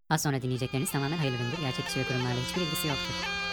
Az sonra dinleyecekleriniz tamamen hayırlı üründür. Gerçek kişi ve kurumlarla hiçbir ilgisi yoktur.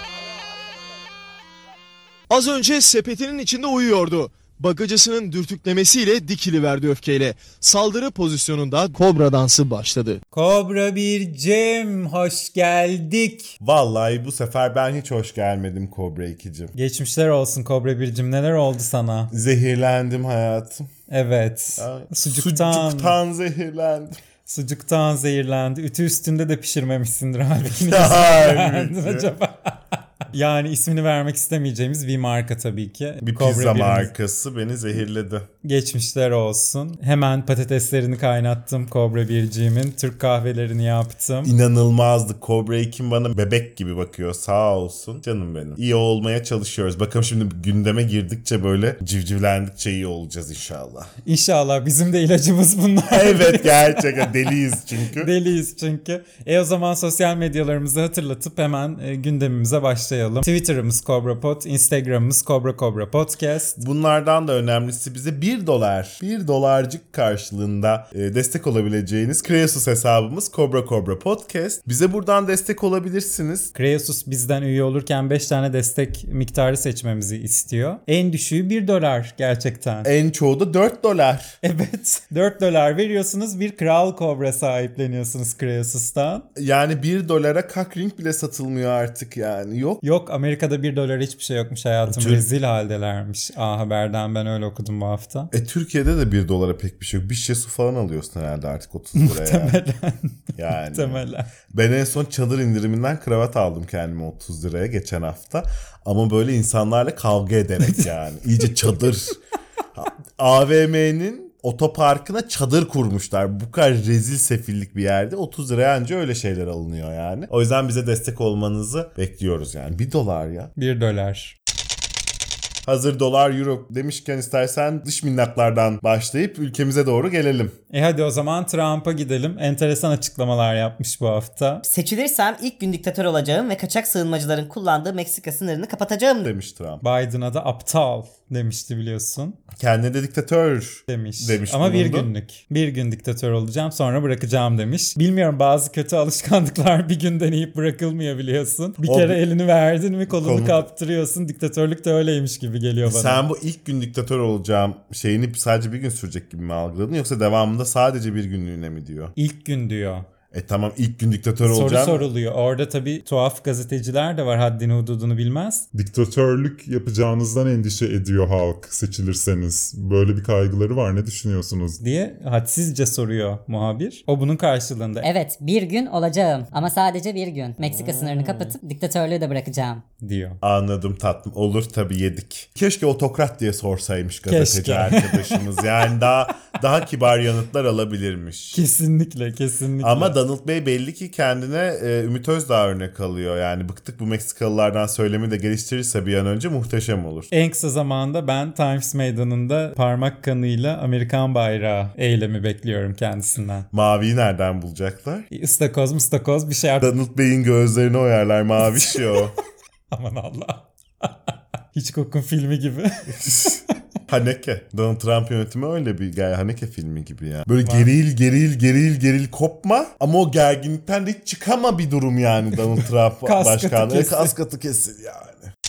Az önce sepetinin içinde uyuyordu. Bagacısının dürtüklemesiyle dikiliverdi öfkeyle. Saldırı pozisyonunda kobra dansı başladı. Kobra Bircim, hoş geldik. Vallahi bu sefer ben hiç hoş gelmedim Kobra 2'cim. Geçmişler olsun Kobra Bircim, neler oldu sana? Zehirlendim hayatım. Evet. Sucuktan zehirlendim. Sucuktan zehirlendi. Ütü üstünde de pişirmemişsindir halbuki. Niye Evet. zehirlendin acaba? Yani ismini vermek istemeyeceğimiz bir marka tabii ki. Bir Kobra pizza birimiz. markası beni zehirledi. Geçmişler olsun. Hemen patateslerini kaynattım Kobra Birciğimin. Türk kahvelerini yaptım. İnanılmazdı. Kobra 2 bana bebek gibi bakıyor. Sağ olsun. Canım benim. İyi olmaya çalışıyoruz. Bakalım şimdi gündeme girdikçe böyle civcivlendikçe iyi olacağız inşallah. İnşallah bizim de ilacımız bunlar. Evet, gerçekten deliyiz çünkü. Deliyiz çünkü. O zaman sosyal medyalarımızı hatırlatıp hemen gündemimize başlayalım. Twitter'ımız CobraPod, Instagram'ımız Cobra Podcast. Bunlardan da önemlisi bize $1 dolarcık karşılığında destek olabileceğiniz Kreasus hesabımız Cobra Podcast. Bize buradan destek olabilirsiniz. Kreasus bizden üye olurken 5 tane destek miktarı seçmemizi istiyor. En düşüğü $1 gerçekten. En çoğu da $4. Evet. $4 veriyorsunuz, bir kral kobra sahipleniyorsunuz Kreasus'tan. Yani $1 kakring bile satılmıyor artık yani. Yok, Amerika'da $1 hiçbir şey yokmuş hayatım. Rezil haldelermiş. Haberden ben öyle okudum bu hafta. Türkiye'de de $1 pek bir şey yok. Bir şişe su falan alıyorsun herhalde artık 30 liraya. Muhtemelen. Yani. Muhtemelen. Ben en son çadır indiriminden kravat aldım kendime 30 liraya geçen hafta. Ama böyle insanlarla kavga ederek yani. İyice çadır. AVM'nin otoparkına çadır kurmuşlar. Bu kadar rezil sefillik bir yerde 30 liraya anca öyle şeyler alınıyor yani. O yüzden bize destek olmanızı bekliyoruz yani. $1 ya. $1. Hazır dolar euro demişken istersen dış minnaklardan başlayıp ülkemize doğru gelelim. Hadi o zaman Trump'a gidelim. Enteresan açıklamalar yapmış bu hafta. Seçilirsem ilk gün diktatör olacağım ve kaçak sığınmacıların kullandığı Meksika sınırını kapatacağım Demiş Trump. Biden'a da aptal demişti biliyorsun. Kendine de diktatör Demiş. bulundu. Bir günlük. Bir gün diktatör olacağım, sonra bırakacağım demiş. Bilmiyorum, bazı kötü alışkanlıklar bir gün deneyip bırakılmıyor biliyorsun. Bir kere elini verdin mi kolunu kaptırıyorsun. Diktatörlük de öyleymiş gibi geliyor bana. Sen bu ilk gün diktatör olacağım şeyini sadece bir gün sürecek gibi mi algıladın, yoksa devamında sadece bir günlüğüne mi diyor? İlk gün diyor. Tamam, ilk gün diktatör olacağım. Soru soruluyor. Orada tabii tuhaf gazeteciler de var, haddini hududunu bilmez. Diktatörlük yapacağınızdan endişe ediyor halk seçilirseniz. Böyle bir kaygıları var, ne düşünüyorsunuz? Diye hadsizce soruyor muhabir. O bunun karşılığında. Evet, bir gün olacağım ama sadece bir gün. Meksika sınırını kapatıp diktatörlüğü de bırakacağım. Diyor. Anladım tatlım. Olur tabii, yedik. Keşke otokrat diye sorsaymış gazeteci Keşke. arkadaşımız. Yani daha kibar yanıtlar alabilirmiş. Kesinlikle. Ama Donald Bey belli ki kendine Ümit Özdağ örnek alıyor. Yani bıktık bu Meksikalılardan söylemi de geliştirirse bir an önce muhteşem olur. En kısa zamanda ben Times Meydanı'nda parmak kanıyla Amerikan bayrağı eylemi bekliyorum kendisinden. Maviyi nereden bulacaklar? Istakoz bir şey. Donald Bey'in gözlerini oyarlar, mavi şey o. Aman Allah. Hitchcock'un filmi gibi. Haneke. Donald Trump yönetimi öyle bir Haneke filmi gibi ya. Böyle geril kopma ama o gerginlikten de hiç çıkama bir durum yani Donald Trump başkanı. Kas katı kesil yani.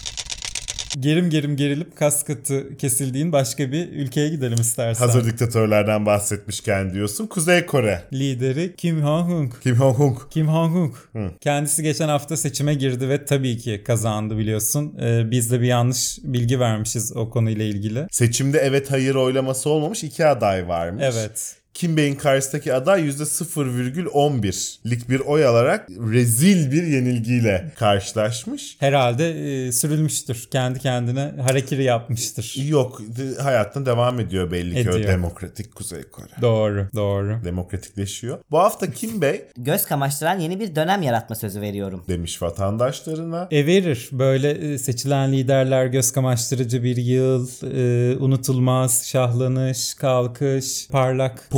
Gerilip kas katı kesildiğin başka bir ülkeye gidelim istersen. Hazır diktatörlerden bahsetmişken diyorsun. Kuzey Kore. Lideri Kim Jong-un. Kim Jong-un. Kendisi geçen hafta seçime girdi ve tabii ki kazandı biliyorsun. Biz de bir yanlış bilgi vermişiz o konuyla ilgili. Seçimde evet hayır oylaması olmamış, 2 aday varmış. Evet. Kim Bey'in karşısındaki aday %0,11'lik bir oy alarak rezil bir yenilgiyle karşılaşmış. Herhalde sürülmüştür. Kendi kendine harekiri yapmıştır. Yok, hayatına devam ediyor belli ki o Ediyor. demokratik Kuzey Kore. Doğru. Demokratikleşiyor. Bu hafta Kim Bey Göz kamaştıran yeni bir dönem yaratma sözü veriyorum demiş vatandaşlarına. Verir. Böyle seçilen liderler göz kamaştırıcı bir yıl, unutulmaz, şahlanış, kalkış, parlak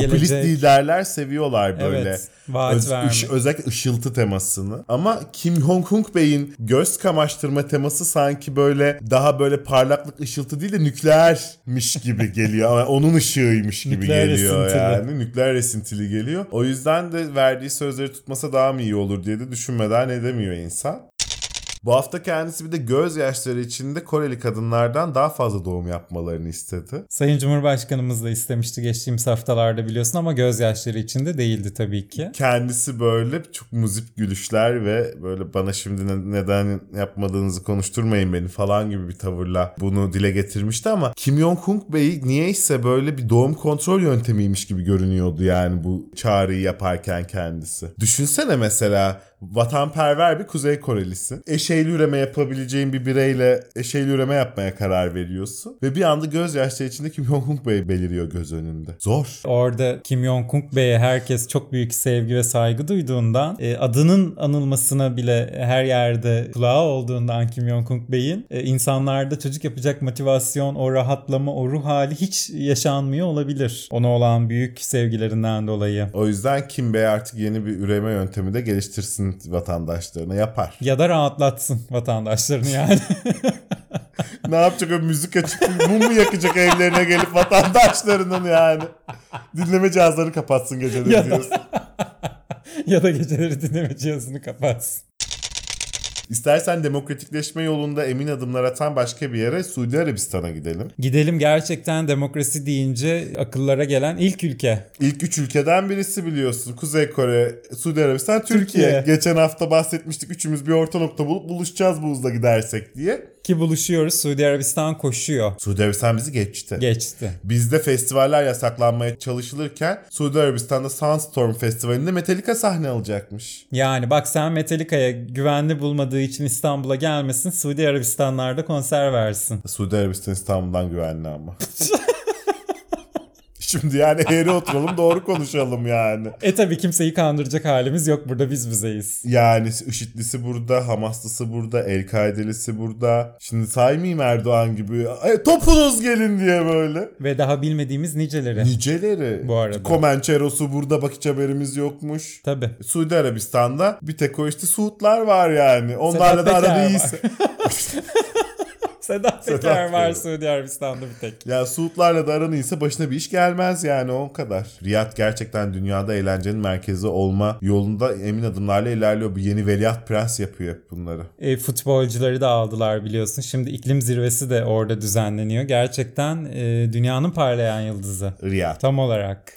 Popülist gelecek. liderler seviyorlar böyle. Evet, vaat vermek. Özellikle ışıltı temasını. Ama Kim Jong-un Bey'in göz kamaştırma teması sanki böyle daha böyle parlaklık ışıltı değil de nükleermiş gibi geliyor. Ama onun ışığıymış gibi Nükleer geliyor esintili. yani. Nükleer esintili geliyor. O yüzden de verdiği sözleri tutmasa daha mı iyi olur diye de düşünmeden edemiyor insan. Bu hafta kendisi bir de gözyaşları içinde Koreli kadınlardan daha fazla doğum yapmalarını istedi. Sayın Cumhurbaşkanımız da istemişti geçtiğimiz haftalarda biliyorsun ama gözyaşları içinde değildi tabii ki. Kendisi böyle çok muzip gülüşler ve böyle bana şimdi neden yapmadığınızı konuşturmayın beni falan gibi bir tavırla bunu dile getirmişti ama Kim Jong-un Bey niyeyse böyle bir doğum kontrol yöntemiymiş gibi görünüyordu yani bu çağrıyı yaparken kendisi. Düşünsene mesela vatanperver bir Kuzey Korelisin. Eşeğli üreme yapabileceğin bir bireyle eşeğli üreme yapmaya karar veriyorsun. Ve bir anda gözyaşları içinde Kim Jong-un Bey beliriyor göz önünde. Zor. Orada Kim Jong-un Bey'e herkes çok büyük sevgi ve saygı duyduğundan adının anılmasına bile her yerde kulağı olduğundan Kim Jong-un Bey'in insanlarda çocuk yapacak motivasyon, o rahatlama, o ruh hali hiç yaşanmıyor olabilir. Ona olan büyük sevgilerinden dolayı. O yüzden Kim Bey artık yeni bir üreme yöntemi de geliştirsin vatandaşlarına yapar. Ya da rahatlatsın vatandaşlarını yani. Ne yapacak o müzik açıp mum mu yakacak evlerine gelip vatandaşlarının yani. Dinleme cihazlarını kapatsın geceleri Ya da- diyorsun. Ya da geceleri dinleme cihazını kapatsın. İstersen demokratikleşme yolunda emin adımlar atan başka bir yere Suudi Arabistan'a gidelim. Gidelim, gerçekten demokrasi deyince akıllara gelen ilk ülke. İlk 3 ülkeden birisi biliyorsun. Kuzey Kore, Suudi Arabistan, Türkiye. Türkiye. Geçen hafta bahsetmiştik. Üçümüz bir orta nokta bulup buluşacağız bu hızla gidersek diye. Ki buluşuyoruz, Suudi Arabistan koşuyor. Suudi Arabistan bizi geçti. Geçti. Bizde festivaller yasaklanmaya çalışılırken Suudi Arabistan'da Sunstorm Festivali'nde Metallica sahne alacakmış. Yani bak, sen Metallica'ya güvenli bulmadığı için İstanbul'a gelmesin, Suudi Arabistanlar'da konser versin. Suudi Arabistan İstanbul'dan güvenli ama. Şimdi yani eğri oturalım doğru konuşalım yani. Tabii kimseyi kandıracak halimiz yok, burada biz bizeyiz. Yani IŞİD'lisi burada, Hamaslısı burada, El-Kaide'lisi burada. Şimdi saymayayım Erdoğan gibi. Topunuz gelin diye böyle. Ve daha bilmediğimiz niceleri. Niceleri. Bu arada. Comanchero'su burada, bak hiç haberimiz yokmuş. Tabii. Suudi Arabistan'da bir tek o işte Suudlar var yani. Onlarla Sedat da Peker aranı var. iyiyse. Sedat Peker Peker. var Suudi Arabistan'da bir tek. Ya Suudlarla da aran iyiyse başına bir iş gelmez yani, o kadar. Riyad gerçekten dünyada eğlencenin merkezi olma yolunda emin adımlarla ilerliyor. Bu yeni Veliaht Prens yapıyor hep bunları. Futbolcuları da aldılar biliyorsun. Şimdi iklim zirvesi de orada düzenleniyor. Gerçekten dünyanın parlayan yıldızı. Riyad. Tam olarak.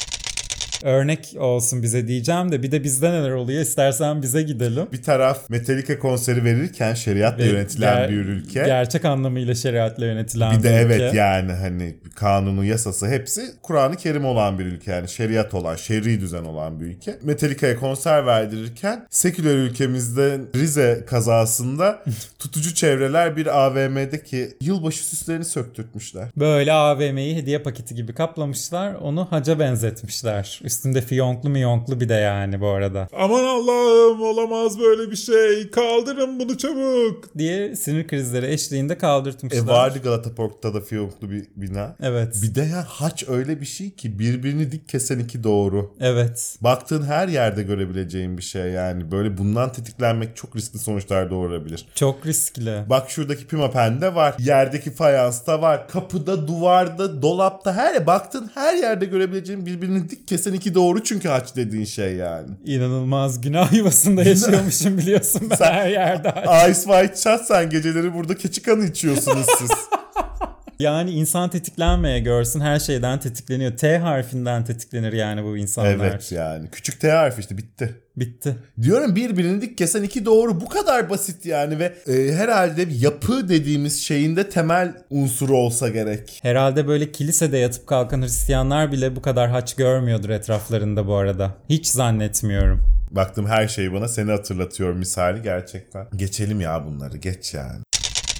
Örnek olsun bize diyeceğim de bir de bizde neler oluyor, istersen bize gidelim. Bir taraf Metallica konseri verirken şeriatla yönetilen bir ülke. Gerçek anlamıyla şeriatla yönetilen Bir de ülke. evet yani hani kanunu, yasası hepsi Kur'an-ı Kerim olan bir ülke, yani şeriat olan, şer'i düzen olan bir ülke. Metallica'ya konser verdirirken seküler ülkemizde Rize kazasında tutucu çevreler bir AVM'deki yılbaşı süslerini söktürtmüşler. Böyle AVM'yi hediye paketi gibi kaplamışlar, onu haca benzetmişler. Üstünde fiyonklu miyonklu bir de yani bu arada. Aman Allah'ım, olamaz böyle bir şey. Kaldırın bunu çabuk. Diye sinir krizleri eşliğinde kaldırtmışlar. Vardı Galata Park'ta da fiyonklu bir bina. Evet. Bir de ya haç öyle bir şey ki birbirini dik kesen iki doğru. Evet. Baktığın her yerde görebileceğin bir şey yani. Böyle bundan tetiklenmek çok riskli sonuçlar doğurabilir. Çok riskli. Bak şuradaki pimapen'de var. Yerdeki fayansta var. Kapıda, duvarda, dolapta, baktığın her yerde görebileceğin birbirini dik kesen iki doğru, çünkü haç dediğin şey yani. İnanılmaz günah yuvasında yaşıyormuşum biliyorsun ben her yerde. Ice White Shot, sen geceleri burada keçi kanı içiyorsunuz siz. Yani insan tetiklenmeye görsün, her şeyden tetikleniyor. T harfinden tetiklenir yani bu insanlar. Evet yani. Küçük T harfi işte, bitti. Bitti. Diyorum, birbirini dik kesen iki doğru, bu kadar basit yani ve herhalde yapı dediğimiz şeyin de temel unsuru olsa gerek. Herhalde böyle kilisede yatıp kalkan Hristiyanlar bile bu kadar haç görmüyordur etraflarında bu arada. Hiç zannetmiyorum. Baktım her şey bana seni hatırlatıyor misali gerçekten. Geçelim ya bunları, geç yani.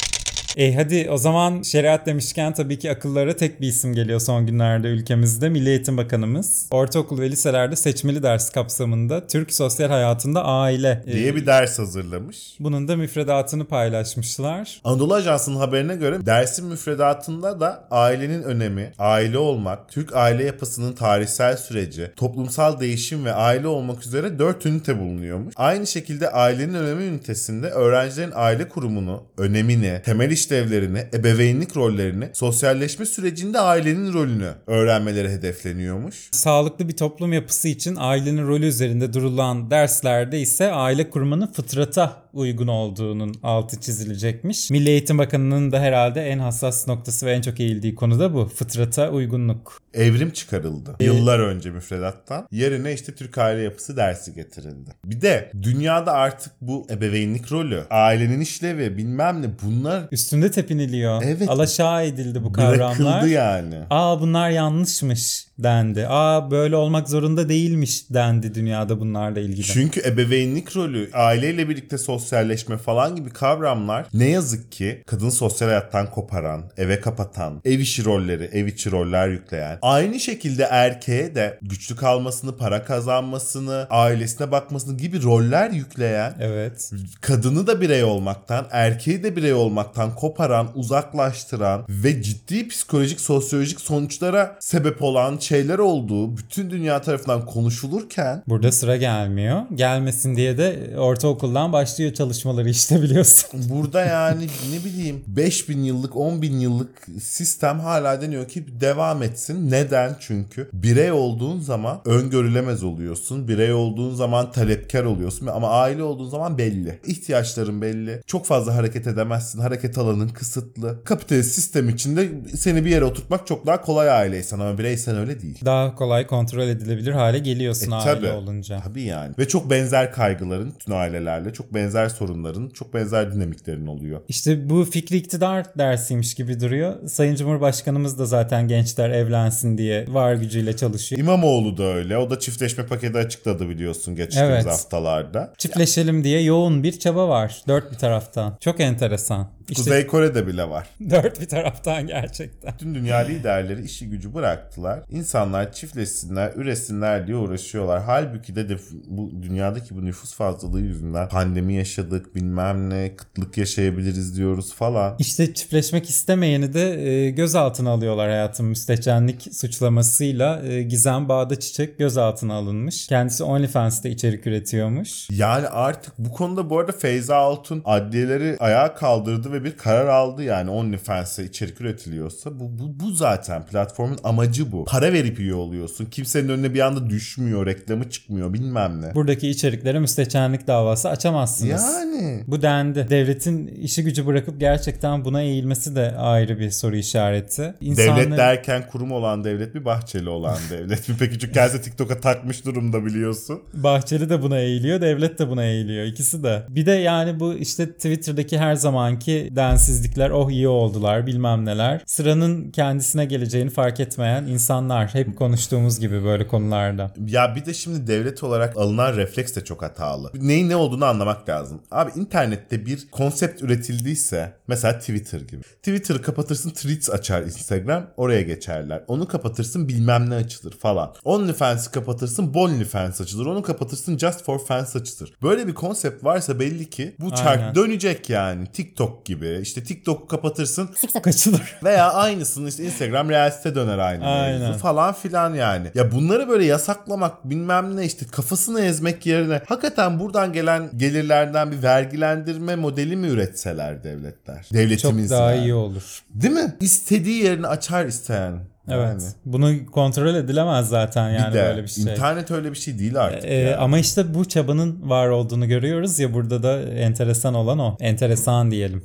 Hadi o zaman şeriat demişken tabii ki akıllara tek bir isim geliyor son günlerde ülkemizde. Milli Eğitim Bakanımız. Ortaokul ve liselerde seçmeli ders kapsamında Türk sosyal hayatında aile diye bir ders hazırlamış. Bunun da müfredatını paylaşmışlar. Anadolu Ajansı'nın haberine göre dersin müfredatında da ailenin önemi, aile olmak, Türk aile yapısının tarihsel süreci, toplumsal değişim ve aile olmak üzere 4 ünite bulunuyormuş. Aynı şekilde ailenin önemi ünitesinde öğrencilerin aile kurumunu, önemini, temel işlevlerini, ebeveynlik rollerini, sosyalleşme sürecinde ailenin rolünü öğrenmeleri hedefleniyormuş. Sağlıklı bir toplum yapısı için ailenin rolü üzerinde durulan derslerde ise aile kurmanın fıtrata uygun olduğunun altı çizilecekmiş. Milli Eğitim Bakanı'nın da herhalde en hassas noktası ve en çok eğildiği konu da bu. Fıtrata uygunluk. Evrim çıkarıldı. Yıllar önce müfredattan. Yerine işte Türk aile yapısı dersi getirildi. Bir de dünyada artık bu ebeveynlik rolü, ailenin işlevi bilmem ne bunlar üstünde tepiniliyor. Evet. Alaşağı edildi bu kavramlar. Bırakıldı yani. Bunlar yanlışmış dendi. Böyle olmak zorunda değilmiş dendi dünyada bunlarla ilgili. Çünkü ebeveynlik rolü, aileyle birlikte sosyalleşme falan gibi kavramlar ne yazık ki kadın sosyal hayattan koparan, eve kapatan, ev işi rolleri, ev içi roller yükleyen, aynı şekilde erkeğe de güçlü kalmasını, para kazanmasını, ailesine bakmasını gibi roller yükleyen, evet, kadını da birey olmaktan, erkeği de birey olmaktan koparan, uzaklaştıran ve ciddi psikolojik, sosyolojik sonuçlara sebep olan şeyler olduğu bütün dünya tarafından konuşulurken burada sıra gelmiyor. Gelmesin diye de ortaokuldan başlıyor çalışmaları işte biliyorsun. Burada yani ne bileyim 5000 yıllık 10.000 yıllık sistem hala deniyor ki devam etsin. Neden? Çünkü birey olduğun zaman öngörülemez oluyorsun. Birey olduğun zaman talepkar oluyorsun ama aile olduğun zaman belli. İhtiyaçların belli. Çok fazla hareket edemezsin. Hareket alanın kısıtlı. Kapitalist sistem içinde seni bir yere oturtmak çok daha kolay aileysen ama bireysen öyle değil. Daha kolay kontrol edilebilir hale geliyorsun aile tabii, olunca. Tabii yani. Ve çok benzer kaygıların tüm ailelerle, çok benzer sorunların, çok benzer dinamiklerin oluyor. İşte bu fikri iktidar dersiymiş gibi duruyor. Sayın Cumhurbaşkanımız da zaten gençler evlensin diye var gücüyle çalışıyor. İmamoğlu da öyle. O da çiftleşme paketi açıkladı biliyorsun geçtiğimiz haftalarda. Çiftleşelim diye yoğun bir çaba var dört bir taraftan. Çok enteresan. İşte Kuzey Kore'de bile var. dört bir taraftan gerçekten. Tüm dünya liderleri işi gücü bıraktılar. İnsanlar çiftleşsinler, üresinler diye uğraşıyorlar. Halbuki de bu dünyadaki bu nüfus fazlalığı yüzünden pandemi yaşadık, bilmem ne, kıtlık yaşayabiliriz diyoruz falan. İşte çiftleşmek istemeyeni de gözaltına alıyorlar hayatım. Müstehcenlik suçlamasıyla Gizem Bağdaçiçek gözaltına alınmış. Kendisi OnlyFans'te içerik üretiyormuş. Yani artık bu konuda bu arada Feyza Altun adliyeleri ayağa kaldırdı ve bir karar aldı yani OnlyFans'e içerik üretiliyorsa bu zaten platformun amacı bu. Para verip üye oluyorsun. Kimsenin önüne bir anda düşmüyor, reklamı çıkmıyor bilmem ne. Buradaki içeriklere müstehcenlik davası açamazsınız. Yani. Bu dendi. Devletin işi gücü bırakıp gerçekten buna eğilmesi de ayrı bir soru işareti. Devlet derken kurum olan devlet mi, Bahçeli olan devlet mi? Peki çünkü kendisi TikTok'a takmış durumda biliyorsun. Bahçeli de buna eğiliyor, devlet de buna eğiliyor. İkisi de. Bir de yani bu işte Twitter'daki her zamanki densizlikler, oh iyi oldular bilmem neler. Sıranın kendisine geleceğini fark etmeyen insanlar. Hep konuştuğumuz gibi böyle konularda. Ya bir de şimdi devlet olarak alınan refleks de çok hatalı. Neyin ne olduğunu anlamak lazım. Abi internette bir konsept üretildiyse mesela Twitter gibi. Twitter'ı kapatırsın, tweets açar Instagram, oraya geçerler. Onu kapatırsın bilmem ne açılır falan. OnlyFans'ı kapatırsın, Bonlyfans açılır. Onu kapatırsın, Just for Fans açılır. Böyle bir konsept varsa belli ki bu çark dönecek yani. TikTok gibi. İşte TikTok'u kapatırsın, Kaçılır. veya aynısını işte Instagram Reels'te döner aynı mevzu falan filan yani. Ya bunları böyle yasaklamak bilmem ne işte kafasını ezmek yerine hakikaten buradan gelen gelirlerden bir vergilendirme modeli mi üretseler devletler? Devletimiz çok daha yani. iyi olur. Değil mi? İstediği yerini açar isteyen. Evet. Yani. Bunu kontrol edilemez zaten yani bir de, böyle bir şey. İnternet öyle bir şey değil artık. Yani. Ama işte bu çabanın var olduğunu görüyoruz ya, burada da enteresan olan o. Enteresan diyelim.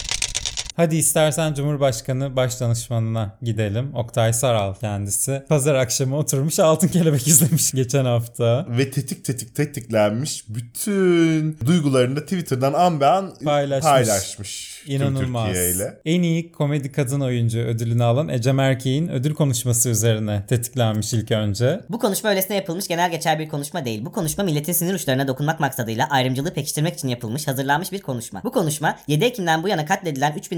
Hadi istersen Cumhurbaşkanı Başdanışmanına gidelim. Oktay Saral kendisi. Pazar akşamı oturmuş Altın Kelebek izlemiş geçen hafta. Ve tetiklenmiş. Bütün duygularını da Twitter'dan an be an paylaşmış. İnanılmaz. En iyi komedi kadın oyuncu ödülünü alan Ecem Erkek'in ödül konuşması üzerine tetiklenmiş ilk önce. Bu konuşma öylesine yapılmış genel geçer bir konuşma değil. Bu konuşma milletin sinir uçlarına dokunmak maksadıyla ayrımcılığı pekiştirmek için yapılmış, hazırlanmış bir konuşma. Bu konuşma 7 Ekim'den bu yana katledilen 3000'den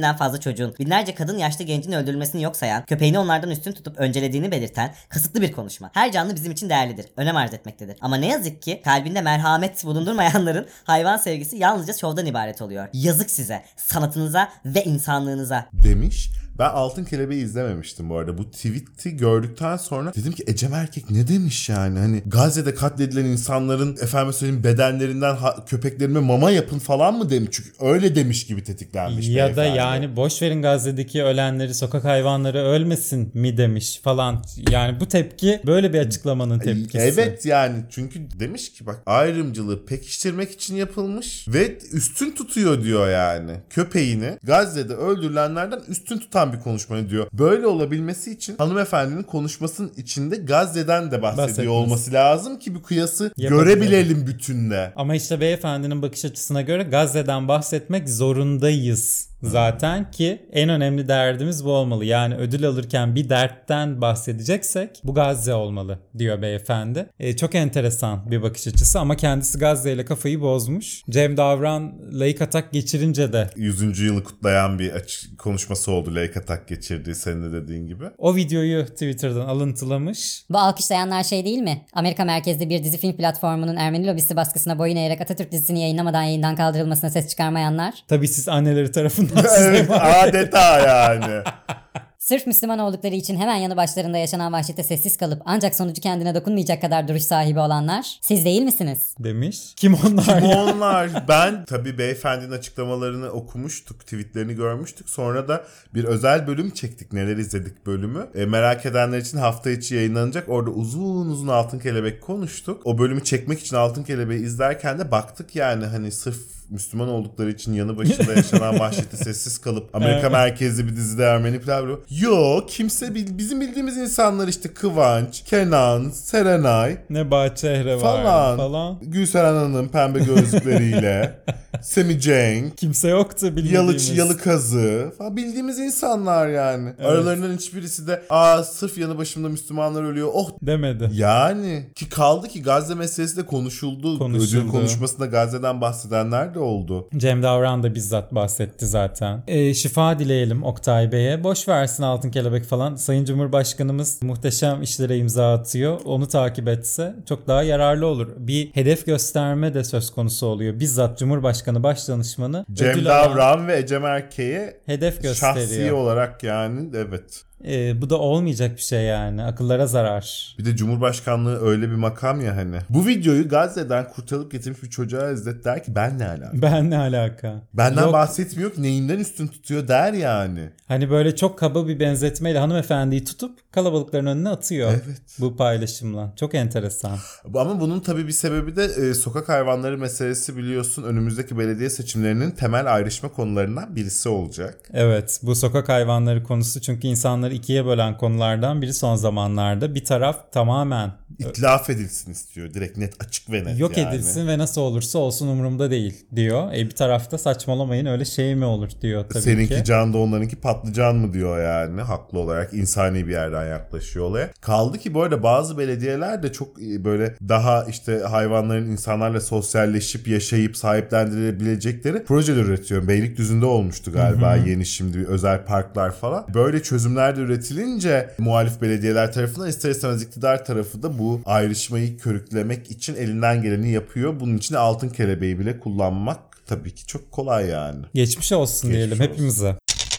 birden fazla çocuğun, binlerce kadın yaşlı gencin öldürülmesini yok sayan, köpeğini onlardan üstün tutup öncelediğini belirten kasıtlı bir konuşma. Her canlı bizim için değerlidir, önem arz etmektedir. Ama ne yazık ki kalbinde merhamet bulundurmayanların hayvan sevgisi yalnızca şovdan ibaret oluyor. Yazık size, sanatınıza ve insanlığınıza. Demiş. Ben Altın Kelebeği izlememiştim bu arada. Bu tweet'i gördükten sonra dedim ki Ecem Erkek ne demiş yani? Hani Gazze'de katledilen insanların efendim söyleyeyim bedenlerinden köpeklerime mama yapın falan mı demiş? Çünkü öyle demiş gibi tetiklenmiş. Ya da beyefendi. yani boş verin Gazze'deki ölenleri, sokak hayvanları ölmesin mi demiş falan. Yani bu tepki böyle bir açıklamanın tepkisi. Evet yani çünkü demiş ki bak ayrımcılığı pekiştirmek için yapılmış ve üstün tutuyor diyor yani. Köpeğini Gazze'de öldürülenlerden üstün tutan bir konuşma diyor. Böyle olabilmesi için hanımefendinin konuşmasının içinde Gazze'den de bahsediyor olması lazım ki bir kıyası görebilelim bütünle. Ama işte beyefendinin bakış açısına göre Gazze'den bahsetmek zorundayız zaten ki en önemli derdimiz bu olmalı. Yani ödül alırken bir dertten bahsedeceksek bu Gazze olmalı diyor beyefendi. Çok enteresan bir bakış açısı ama kendisi Gazze ile kafayı bozmuş. Cem Davran laik atak geçirince de 100. yılı kutlayan bir konuşması oldu laik atak geçirdiği senin de dediğin gibi. O videoyu Twitter'dan alıntılamış. Bu alkışlayanlar şey değil mi? Amerika merkezli bir dizi film platformunun Ermeni lobisi baskısına boyun eğerek Atatürk dizisini yayınlamadan yayından kaldırılmasına ses çıkarmayanlar. Tabii siz anneleri tarafından Evet, adeta yani. Sırf Müslüman oldukları için hemen yanı başlarında yaşanan vahşete sessiz kalıp ancak sonucu kendine dokunmayacak kadar duruş sahibi olanlar siz değil misiniz? demiş. Kim onlar ya? Onlar. Ben tabii beyefendinin açıklamalarını okumuştuk, tweetlerini görmüştük. Sonra da bir özel bölüm çektik. Neler izledik bölümü. Merak edenler için hafta içi yayınlanacak. Orada uzun uzun Altın Kelebek konuştuk. O bölümü çekmek için Altın Kelebek'i izlerken de baktık yani hani sırf Müslüman oldukları için yanı başında yaşanan vahşeti sessiz kalıp Amerika merkezli bir dizide Ermeni pilavı. Yo kimse bizim bildiğimiz insanlar işte Kıvanç, Kenan, Serenay, Nebahat Çehre var falan. Gülseren Hanım pembe gözlükleriyle, Semi Cenk, Kimse yoktu bildiğimiz. Yalı Kazı falan bildiğimiz insanlar yani. Evet. Aralarından hiçbirisi de sırf yanı başımda Müslümanlar ölüyor Demedi. yani ki kaldı ki Gazze meselesi de konuşuldu. Ödül konuşmasında Gazze'den bahsedenler de oldu. Cem Davran da bizzat bahsetti zaten. Şifa dileyelim Oktay Bey'e. Boş versin Altın Kelebek falan. Sayın Cumhurbaşkanımız muhteşem işlere imza atıyor. Onu takip etse çok daha yararlı olur. Bir hedef gösterme de söz konusu oluyor. Bizzat Cumhurbaşkanı Başdanışmanı Cem Davran ve Ecem Erkek'e hedef gösteriyor. Şahsi olarak yani evet. Bu da olmayacak bir şey yani. Akıllara zarar. Bir de Cumhurbaşkanlığı öyle bir makam ya hani. Bu videoyu Gazze'den kurtarıp getirmiş bir çocuğa izlet der ki ben ne alaka? Ben ne alaka? Benden bahsetmiyor ki neyinden üstün tutuyor der yani. Hani böyle çok kaba bir benzetmeyle hanımefendiyi tutup kalabalıkların önüne atıyor. Evet. Bu paylaşımla. Çok enteresan. Ama bunun tabii bir sebebi de sokak hayvanları meselesi biliyorsun önümüzdeki belediye seçimlerinin temel ayrışma konularından birisi olacak. Evet, bu sokak hayvanları konusu çünkü insanları ikiye bölen konulardan biri son zamanlarda. Bir taraf tamamen İtlaf edilsin istiyor. Direkt net, açık ve net yok yani. edilsin ve nasıl olursa olsun umurumda değil diyor. Bir tarafta saçmalamayın öyle şey mi olur diyor tabii Seninki ki. can da onlarınki patlıcan mı diyor yani. Haklı olarak insani bir yerden yaklaşıyor olaya. Kaldı ki bu arada bazı belediyeler de çok böyle daha işte hayvanların insanlarla sosyalleşip yaşayıp sahiplendirilebilecekleri projeler üretiyor. Beylikdüzü'nde olmuştu galiba yeni şimdi bir özel parklar falan. Böyle çözümler de üretilince muhalif belediyeler tarafından ister istemez iktidar tarafı da bu ayrışmayı körüklemek için elinden geleni yapıyor. Bunun için Altın Kelebeği bile kullanmak tabii ki çok kolay yani. Geçmiş olsun diyelim hepimize.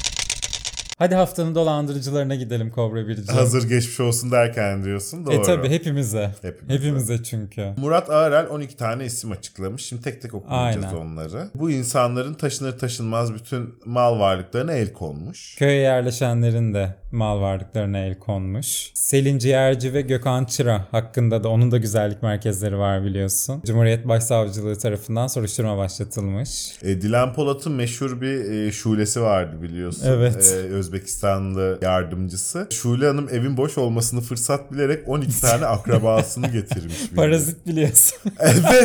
Hadi haftanın dolandırıcılarına gidelim Kobra Birci. Hazır geçmiş olsun derken diyorsun. Doğru. Tabii hepimize. Hepimize çünkü. Murat Ağrel 12 tane isim açıklamış. Şimdi tek tek okuyacağız onları. Bu insanların taşınır taşınmaz bütün mal varlıklarına el konmuş. Köye yerleşenlerin de mal varlıklarına el konmuş. Selin Ciğerci ve Gökhan Çıra hakkında da onun da güzellik merkezleri var biliyorsun. Cumhuriyet Başsavcılığı tarafından soruşturma başlatılmış. Dilan Polat'ın meşhur bir şulesi vardı biliyorsun. Evet. Özbekistanlı yardımcısı. Şule Hanım evin boş olmasını fırsat bilerek 12 tane akrabasını getirmiş. Parazit biliyorsun. Evet.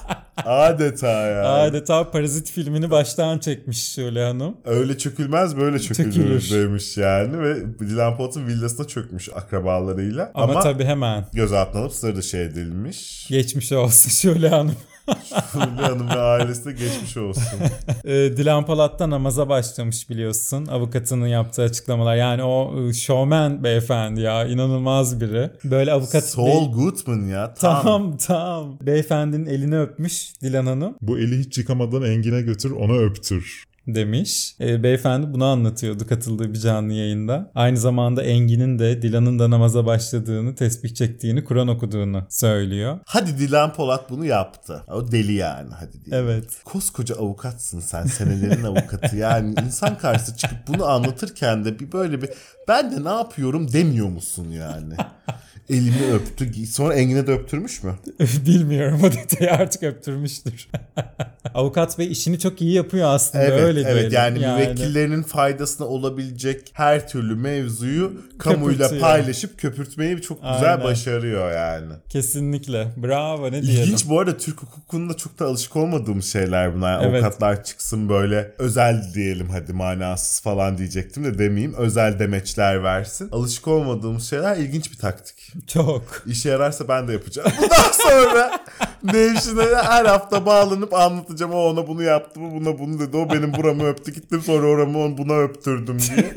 Adeta yani. Adeta Parazit filmini baştan çekmiş Şule Hanım. Öyle çökülmez böyle çökülür demiş yani ve Dilan Polat'ın villasına çökmüş akrabalarıyla. Ama tabii hemen gözaltına alıp sır dışı edilmiş. geçmiş olsun Şule Hanım. Fulya Hanım ve ailesine geçmiş olsun. Dilan Polat da namaza başlamış biliyorsun. Avukatının yaptığı açıklamalar. Yani o showman beyefendi ya. İnanılmaz biri. Böyle avukat... Saul Goodman ya. Tamam. Beyefendinin elini öpmüş Dilan Hanım. Bu eli hiç yıkamadan Engin'e götür, ona öptür. Demiş. Beyefendi bunu anlatıyordu katıldığı bir canlı yayında. Aynı zamanda Engin'in de Dilan'ın da namaza başladığını, tesbih çektiğini, Kur'an okuduğunu söylüyor. Hadi Dilan Polat bunu yaptı. O deli yani hadi diye. Evet. Koskoca avukatsın sen, senelerin avukatı. Yani insan karşısına çıkıp bunu anlatırken de bir böyle bir ben de ne yapıyorum demiyor musun yani? Elimi öptü. Sonra Engin'e de öptürmüş mü? Bilmiyorum, o detayı artık öptürmüştür. Avukat bey işini çok iyi yapıyor aslında, öyle diyelim. Evet yani müvekkillerinin faydasına olabilecek her türlü mevzuyu kamuyla Köpürtüyor. paylaşıp köpürtmeyi çok güzel Aynen. başarıyor yani. Kesinlikle. Bravo, ne diyelim. İlginç bu arada, Türk hukukunda çok da alışık olmadığım şeyler bunlar. Evet. Avukatlar çıksın böyle özel diyelim, hadi manasız falan diyecektim de demeyeyim. Özel demeçler versin. Alışık olmadığım şeyler, ilginç bir taktik. Çok. İşe yararsa ben de yapacağım. Bundan sonra Nevşin'e her hafta bağlanıp anlatacağım. O ona bunu yaptı, bu buna bunu dedi. O benim buramı öptü, gittim sonra oramı buna öptürdüm diye.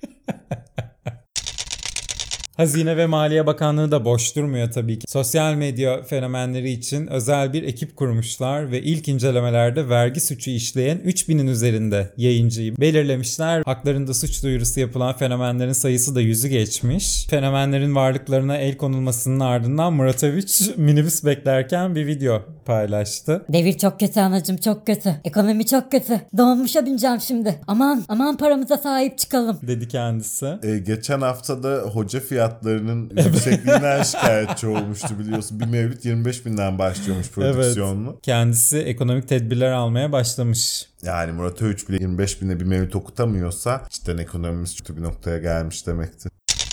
Hazine ve Maliye Bakanlığı da boş durmuyor tabii ki. Sosyal medya fenomenleri için özel bir ekip kurmuşlar ve ilk incelemelerde vergi suçu işleyen 3000'in üzerinde yayıncıyı belirlemişler. Haklarında suç duyurusu yapılan fenomenlerin sayısı da 100'ü geçmiş. Fenomenlerin varlıklarına el konulmasının ardından Murat Övüç minibüs beklerken bir video paylaştı. Devir çok kötü anacığım, çok kötü. Ekonomi çok kötü. Dolmuşa bineceğim şimdi. Aman paramıza sahip çıkalım. Dedi kendisi. Geçen hafta da hoca fiyatlarının yüksekliğinden şikayetçi olmuştu biliyorsun. Bir mevlüt 25.000'den başlıyormuş prodüksiyonlu. Evet. Kendisi ekonomik tedbirler almaya başlamış. Yani Murat Övüç bile 25.000'e bir mevlüt okutamıyorsa cidden ekonomimiz kötü bir noktaya gelmiş demektir.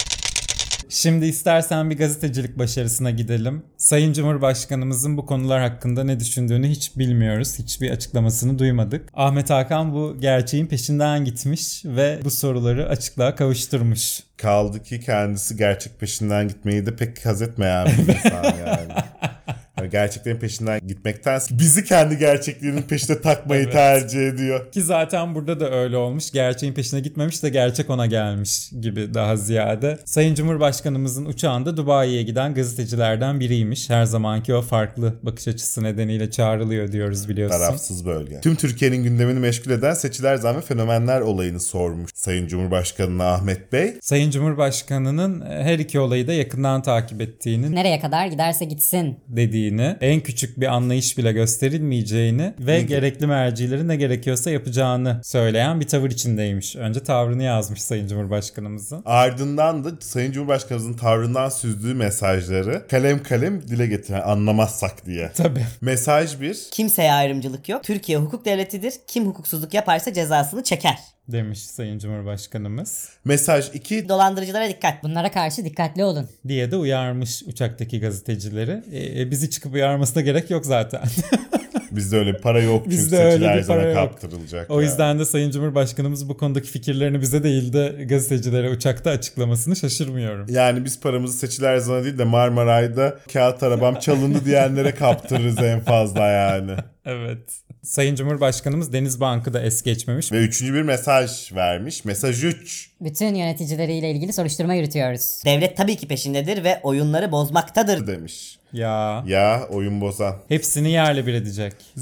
Şimdi istersen bir gazetecilik başarısına gidelim. Sayın Cumhurbaşkanımızın bu konular hakkında ne düşündüğünü hiç bilmiyoruz. Hiçbir açıklamasını duymadık. Ahmet Hakan bu gerçeğin peşinden gitmiş ve bu soruları açıklığa kavuşturmuş. Kaldı ki kendisi gerçek peşinden gitmeyi de pek haz etmeyen bir insan yani. Gerçeklerin peşinden gitmekten bizi kendi gerçekliğinin peşine takmayı Evet. tercih ediyor. Ki zaten burada da öyle olmuş. Gerçeğin peşine gitmemiş de gerçek ona gelmiş gibi daha ziyade. Sayın Cumhurbaşkanımızın uçağında Dubai'ye giden gazetecilerden biriymiş. Her zamanki o farklı bakış açısı nedeniyle çağrılıyor diyoruz biliyorsun. Tarafsız bölge. Tüm Türkiye'nin gündemini meşgul eden seçiler zam ve fenomenler olayını sormuş Sayın Cumhurbaşkanı'na Ahmet Bey. Sayın Cumhurbaşkanı'nın her iki olayı da yakından takip ettiğini, Nereye kadar giderse gitsin dediğini, en küçük bir anlayış bile gösterilmeyeceğini ve gerekli mercilerin ne gerekiyorsa yapacağını söyleyen bir tavır içindeymiş. Önce tavrını yazmış Sayın Cumhurbaşkanımızın. Ardından da Sayın Cumhurbaşkanımızın tavrından süzdüğü mesajları kalem kalem dile getiren, anlamazsak diye. Tabii. Mesaj 1. Kimseye ayrımcılık yok. Türkiye hukuk devletidir. Kim hukuksuzluk yaparsa cezasını çeker. Demiş Sayın Cumhurbaşkanımız. Mesaj 2. Dolandırıcılara dikkat. Bunlara karşı dikkatli olun. Diye de uyarmış uçaktaki gazetecileri. Bizi çıkıp uyarmasına gerek yok zaten. Bizde öyle bir para yok çünkü Bizde öyle seçiler bir para zana yok. kaptırılacak. O yani. yüzden de Sayın Cumhurbaşkanımız bu konudaki fikirlerini bize değil de gazetecilere uçakta açıklamasını şaşırmıyorum. Yani biz paramızı seçiler zana değil de Marmaray'da kağıt arabam çalındı diyenlere kaptırırız en fazla yani. Evet. Sayın Cumhurbaşkanımız Denizbank'ı da es geçmemiş. Ve üçüncü bir mesaj vermiş. Mesaj 3. Bütün yöneticileriyle ilgili soruşturma yürütüyoruz. Devlet tabii ki peşindedir ve oyunları bozmaktadır. Demiş. Ya. Ya oyun bozan. Hepsini yerle bir edecek. Evet.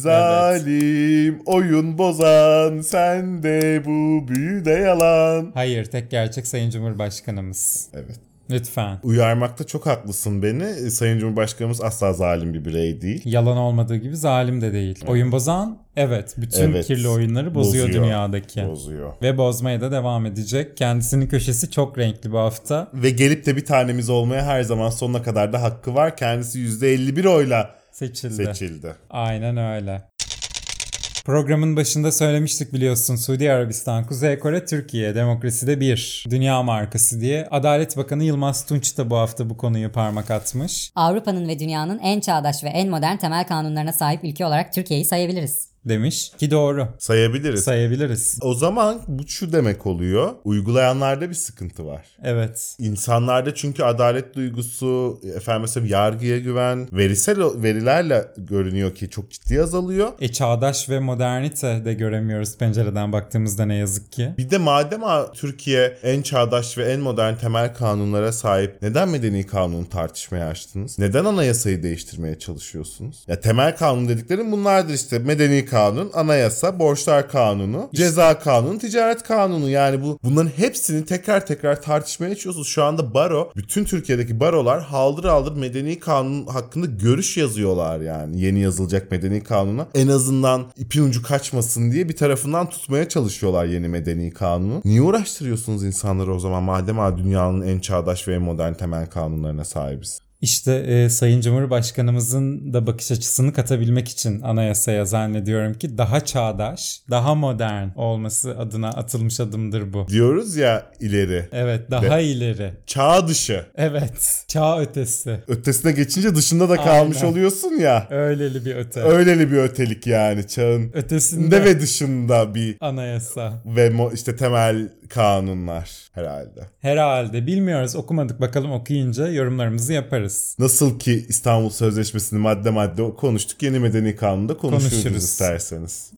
Zalim oyun bozan, sen de bu büyü de yalan. Hayır, tek gerçek Sayın Cumhurbaşkanımız. Evet. Lütfen. Uyarmakta çok haklısın beni. Sayın Cumhurbaşkanımız asla zalim bir birey değil. Yalan olmadığı gibi zalim de değil. Oyun bozan, evet. Bütün Evet. kirli oyunları bozuyor dünyadaki. Bozuyor. Ve bozmaya da devam edecek. Kendisinin köşesi çok renkli bu hafta. Ve gelip de bir tanemiz olmaya her zaman sonuna kadar da hakkı var. Kendisi %51 oyla seçildi. Aynen öyle. Programın başında söylemiştik biliyorsun, Suudi Arabistan, Kuzey Kore, Türkiye demokraside bir dünya markası diye. Adalet Bakanı Yılmaz Tunç da bu hafta bu konuyu parmak atmış. Avrupa'nın ve dünyanın en çağdaş ve en modern temel kanunlarına sahip ülke olarak Türkiye'yi sayabiliriz. demiş ki doğru. Sayabiliriz. Sayabiliriz. O zaman bu şu demek oluyor. Uygulayanlarda bir sıkıntı var. Evet. İnsanlarda çünkü adalet duygusu, mesela yargıya güven, verilerle görünüyor ki çok ciddi azalıyor. Çağdaş ve modernite de göremiyoruz pencereden baktığımızda ne yazık ki. Bir de madem Türkiye en çağdaş ve en modern temel kanunlara sahip, neden medeni kanunu tartışmaya açtınız? Neden anayasayı değiştirmeye çalışıyorsunuz? Ya temel kanun dediklerim bunlardır işte. Medeni kanun, anayasa, borçlar kanunu, ceza kanunu, ticaret kanunu. Yani bunların hepsini tekrar tekrar tartışmaya açıyorsunuz. Şu anda bütün Türkiye'deki barolar haldır haldır medeni kanun hakkında görüş yazıyorlar yani. Yeni yazılacak medeni kanuna. En azından ipin ucu kaçmasın diye bir tarafından tutmaya çalışıyorlar yeni medeni kanunu. Niye uğraştırıyorsunuz insanları o zaman madem dünyanın en çağdaş ve en modern temel kanunlarına sahibiz? İşte Sayın Cumhurbaşkanımızın da bakış açısını katabilmek için anayasaya zannediyorum ki daha çağdaş, daha modern olması adına atılmış adımdır bu. Diyoruz ya ileri. Evet, daha ileri. Çağ dışı. Evet, çağ ötesi. Ötesine geçince dışında da kalmış Aynen. oluyorsun ya. Öyleli bir öte. Öyleli bir ötelik yani çağın Ötesinde ve dışında bir anayasa. ve işte temel kanunlar herhalde. Herhalde bilmiyoruz, okumadık, bakalım okuyunca yorumlarımızı yaparız. Nasıl ki İstanbul Sözleşmesi'ni madde madde konuştuk, yeni medeni kanunda konuşuruz isterseniz.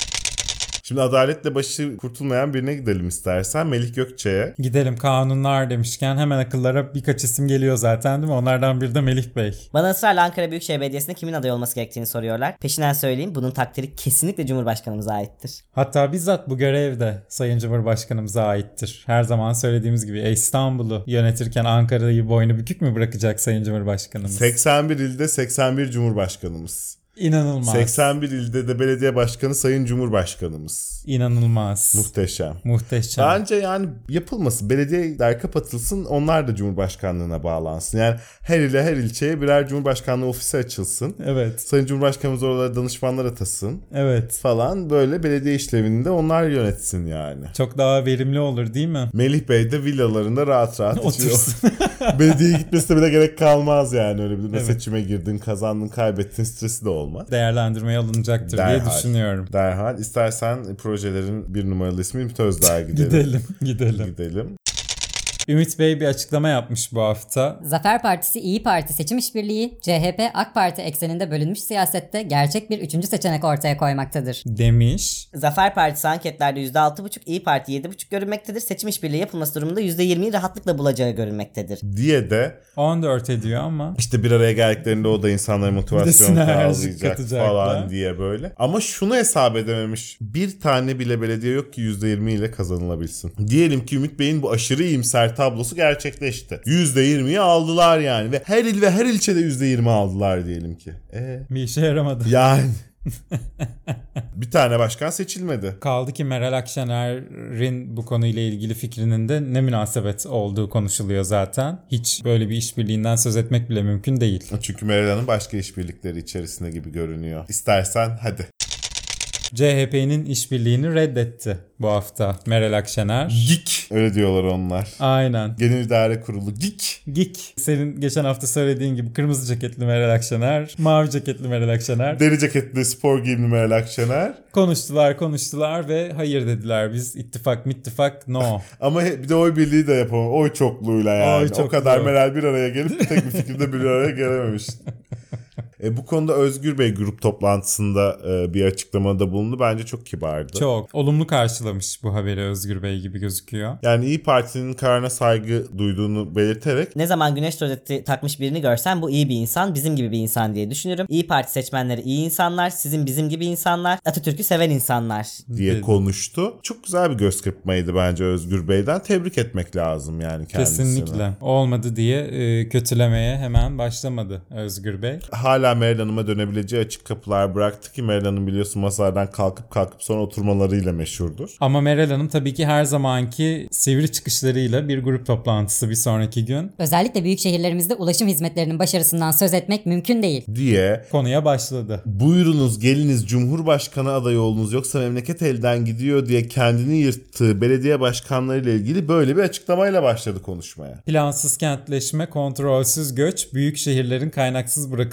Şimdi adaletle başı kurtulmayan birine gidelim istersen. Melih Gökçe'ye. Gidelim, kanunlar demişken hemen akıllara birkaç isim geliyor zaten değil mi? Onlardan biri de Melih Bey. Bana ısrarla Ankara Büyükşehir Belediyesi'nde kimin aday olması gerektiğini soruyorlar. Peşinden söyleyeyim, bunun takdiri kesinlikle Cumhurbaşkanımıza aittir. Hatta bizzat bu görev de Sayın Cumhurbaşkanımıza aittir. Her zaman söylediğimiz gibi İstanbul'u yönetirken Ankara'yı boynu bükük mü bırakacak Sayın Cumhurbaşkanımız? 81 ilde 81 Cumhurbaşkanımız. İnanılmaz. 81 ilde de belediye başkanı Sayın Cumhurbaşkanımız. İnanılmaz. Muhteşem. Muhteşem. Bence yani yapılması, belediyeler kapatılsın, onlar da Cumhurbaşkanlığına bağlansın. Yani her ile her ilçeye birer Cumhurbaşkanlığı ofisi açılsın. Evet. Sayın Cumhurbaşkanımız oralara danışmanlar atasın. Evet. Falan böyle belediye işlevini de onlar yönetsin yani. Çok daha verimli olur değil mi? Melih Bey de villalarında rahat rahat Otursun. Belediyeye gitmesine bile gerek kalmaz yani. Öyle bir Evet. seçime girdin, kazandın, kaybettin stresi de olmaz. Değerlendirmeye alınacaktır diye düşünüyorum. Derhal. İstersen projelerin bir numaralı ismi Ümit Özdağ'a gidelim. Gidelim. Ümit Bey bir açıklama yapmış bu hafta. Zafer Partisi İyi Parti seçim işbirliği, CHP AK Parti ekseninde bölünmüş siyasette gerçek bir üçüncü seçenek ortaya koymaktadır. Demiş. Zafer Partisi anketlerde %6,5, İyi Parti 7,5 görünmektedir. Seçim işbirliği yapılması durumunda %20'yi rahatlıkla bulacağı görülmektedir. Diye de 14 ediyor ama. İşte bir araya geldiklerinde o da insanlara motivasyon sinerjik sağlayacak katacaklar falan diye böyle. Ama şunu hesap edememiş. Bir tane bile belediye yok ki %20 ile kazanılabilsin. Diyelim ki Ümit Bey'in bu aşırı iyimser tablosu gerçekleşti. %20'yi aldılar yani ve her il ve her ilçede %20 aldılar diyelim ki. Bir işe yaramadı. Yani bir tane başkan seçilmedi. Kaldı ki Meral Akşener'in bu konuyla ilgili fikrinin de ne münasebet olduğu konuşuluyor zaten. Hiç böyle bir işbirliğinden söz etmek bile mümkün değil. Çünkü Meral Hanım başka işbirlikleri içerisinde gibi görünüyor. İstersen hadi. CHP'nin işbirliğini reddetti bu hafta Meral Akşener. GİK öyle diyorlar onlar. Aynen. Genel İdare Kurulu GİK. GİK. Senin geçen hafta söylediğin gibi kırmızı ceketli Meral Akşener, mavi ceketli Meral Akşener. Deri ceketli spor giyimli Meral Akşener. Konuştular ve hayır dediler. Biz ittifak no. Ama bir de oy birliği de yapamam. Oy çokluğuyla yani. Oy çokluğu. O kadar Meral bir araya gelip tek bir fikirde bir araya gelememiş. Bu konuda Özgür Bey grup toplantısında bir açıklamada bulundu. Bence çok kibardı. Çok olumlu karşılamış bu haberi Özgür Bey gibi gözüküyor. Yani İyi Parti'nin kararına saygı duyduğunu belirterek Ne zaman güneş rozeti takmış birini görsem bu iyi bir insan, bizim gibi bir insan diye düşünürüm. İyi Parti seçmenleri iyi insanlar, sizin bizim gibi insanlar, Atatürk'ü seven insanlar diye Dedi. konuştu. Çok güzel bir göz kırpmaydı bence Özgür Bey'den. Tebrik etmek lazım yani kendisini. Kesinlikle. Olmadı diye kötülemeye hemen başlamadı Özgür Bey. Hala Meral Hanım'a dönebileceği açık kapılar bıraktı ki Meral Hanım biliyorsun masadan kalkıp sonra oturmalarıyla meşhurdur. Ama Meral Hanım tabii ki her zamanki sivri çıkışlarıyla bir grup toplantısı bir sonraki gün Özellikle büyük şehirlerimizde ulaşım hizmetlerinin başarısından söz etmek mümkün değil. Diye konuya başladı. buyurunuz geliniz Cumhurbaşkanı adayı olunuz yoksa memleket elden gidiyor diye kendini yırttığı belediye başkanlarıyla ilgili böyle bir açıklamayla başladı konuşmaya. Plansız kentleşme, kontrolsüz göç, büyük şehirlerin kaynaksız bırakılması ve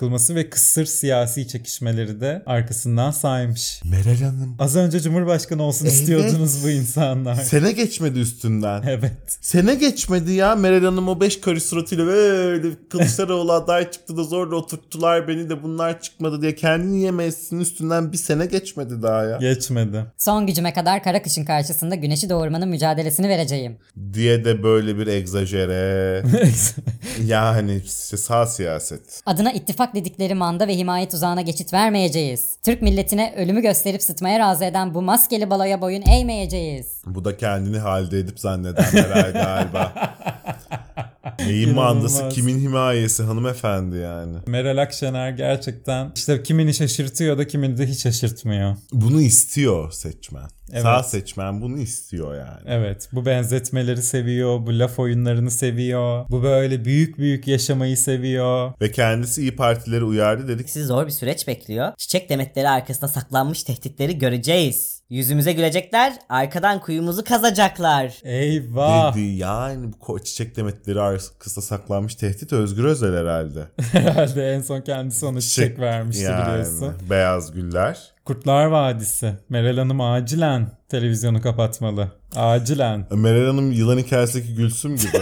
ve kısır siyasi çekişmeleri de arkasından saymış. Meral Hanım. Az önce Cumhurbaşkanı olsun istiyordunuz bu insanlar. Sene geçmedi üstünden. Evet. Sene geçmedi ya. Meral Hanım o 5 karış suratıyla böyle Kılıçdaroğlu aday çıktı da zorla oturttular beni de bunlar çıkmadı diye kendini yemesinin üstünden bir sene geçmedi daha ya. Geçmedi. Son gücüme kadar kara kışın karşısında güneşi doğurmanın mücadelesini vereceğim. Diye de böyle bir egzajere. Yani işte sağ siyaset. Adına ittifak dedikleri manda ve himaye tuzağına geçit vermeyeceğiz. Türk milletine ölümü gösterip sıtmaya razı eden bu maskeli baloya boyun eğmeyeceğiz. Bu da kendini halde edip zannedenler galiba. Neyin mandası, İnanılmaz. kimin himayesi hanımefendi yani. Meral Akşener gerçekten işte kimini şaşırtıyor da kimini de hiç şaşırtmıyor. Bunu istiyor seçmen. Evet. Sağ seçmen bunu istiyor yani. Evet, bu benzetmeleri seviyor, bu laf oyunlarını seviyor, bu böyle büyük büyük yaşamayı seviyor. Ve kendisi İYİ Partileri uyardı dedik. Sizi zor bir süreç bekliyor. Çiçek demetleri arkasında saklanmış tehditleri göreceğiz. Yüzümüze gülecekler, arkadan kuyumuzu kazacaklar. Eyvah! Dedi yani bu çiçek demetleri arkasında saklanmış tehdit Özgür Özel herhalde. Herhalde en son kendisi ona çiçek vermişti yani, biliyorsun. Beyaz güller. Kurtlar Vadisi. Meral Hanım acilen televizyonu kapatmalı. Acilen. Meral Hanım yılan hikayesindeki Gülsüm gibi.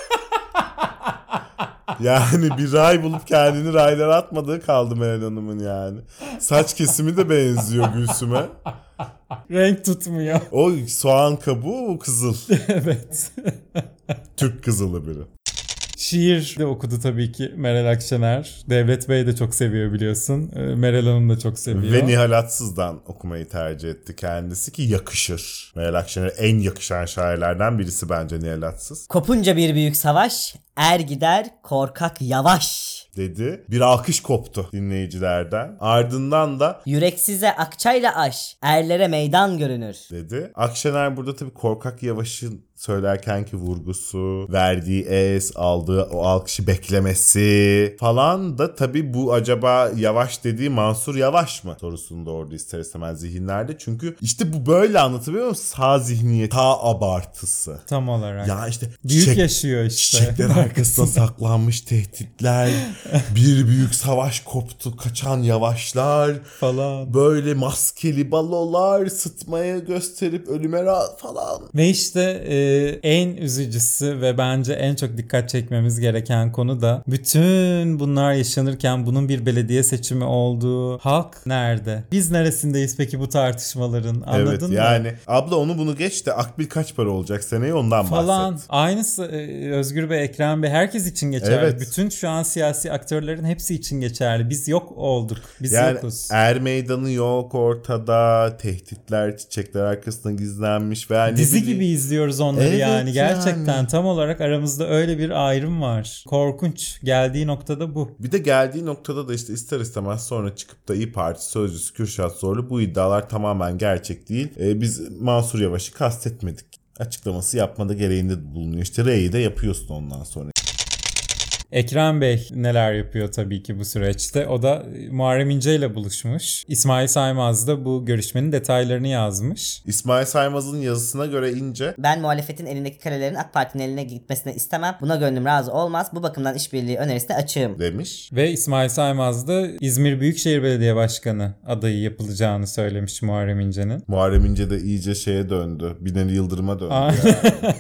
Yani bir ray bulup kendini raylara atmadığı kaldı Meral Hanım'ın yani. Saç kesimi de benziyor Gülsüm'e. Renk tutmuyor. O soğan kabuğu, o kızıl. Evet. Türk kızılı biri. Şiir de okudu tabii ki Meral Akşener. Devlet Bey de çok seviyor biliyorsun. Meral Hanım da çok seviyor. Ve Nihal Atsız'dan okumayı tercih etti kendisi ki yakışır. Meral Akşener'e en yakışan şairlerden birisi bence Nihal Atsız. Kopunca bir büyük savaş, er gider korkak yavaş. Dedi. Bir alkış koptu dinleyicilerden. Ardından da Yüreksize akçayla aş, erlere meydan görünür. dedi. Akşener burada tabii korkak Yavaş'ın söylerkenki vurgusu, verdiği es, aldığı o alkışı beklemesi falan da tabii bu acaba Yavaş dediği Mansur Yavaş mı sorusunu doğurdu ister istemez zihinlerde. Çünkü işte bu böyle anlatabiliyor muyum? Sağ zihniyet, sağ abartısı. Tam olarak. Ya işte Büyük yaşıyor işte. çiçekler arkasında saklanmış tehditler, bir büyük savaş koptu, kaçan yavaşlar falan. böyle maskeli balolar, sıtmaya gösterip ölüme falan. Ve işte en üzücüsü ve bence en çok dikkat çekmemiz gereken konu da bütün bunlar yaşanırken bunun bir belediye seçimi olduğu. Halk nerede? Biz neresindeyiz peki bu tartışmaların? Anladın Evet mı? yani abla onu bunu geç de akbil kaç para olacak seneye ondan Falan. bahset. Aynısı Özgür Bey, Ekrem Bey herkes için geçerli. Evet. Bütün şu an siyasi aktörlerin hepsi için geçerli. Biz yok olduk. Biz Yani yokuz. meydanı yok ortada, tehditler çiçekler arkasında gizlenmiş ve yani Dizi gibi izliyoruz onları Evet yani. Gerçekten yani. tam olarak aramızda öyle bir ayrım var. Korkunç. Geldiği noktada bu. Bir de geldiği noktada da işte ister istemez sonra çıkıp da İYİ Parti sözcüsü Kürşat Zorlu bu iddialar tamamen gerçek değil. Biz Mansur Yavaş'ı kastetmedik açıklaması yapmada gereğinde bulunuyor. İşte R'yi de yapıyorsun ondan sonra. Ekrem Bey neler yapıyor tabii ki bu süreçte. O da Muharrem İnce ile buluşmuş. İsmail Saymaz da bu görüşmenin detaylarını yazmış. İsmail Saymaz'ın yazısına göre İnce Ben muhalefetin elindeki kalelerin AK Parti'nin eline gitmesine istemem. Buna gönlüm razı olmaz. Bu bakımdan işbirliği önerisine açığım. demiş. Ve İsmail Saymaz da İzmir Büyükşehir Belediye Başkanı adayı yapılacağını söylemiş Muharrem İnce'nin. Muharrem İnce de iyice şeye döndü. Binali Yıldırım'a döndü. Aa. Yani.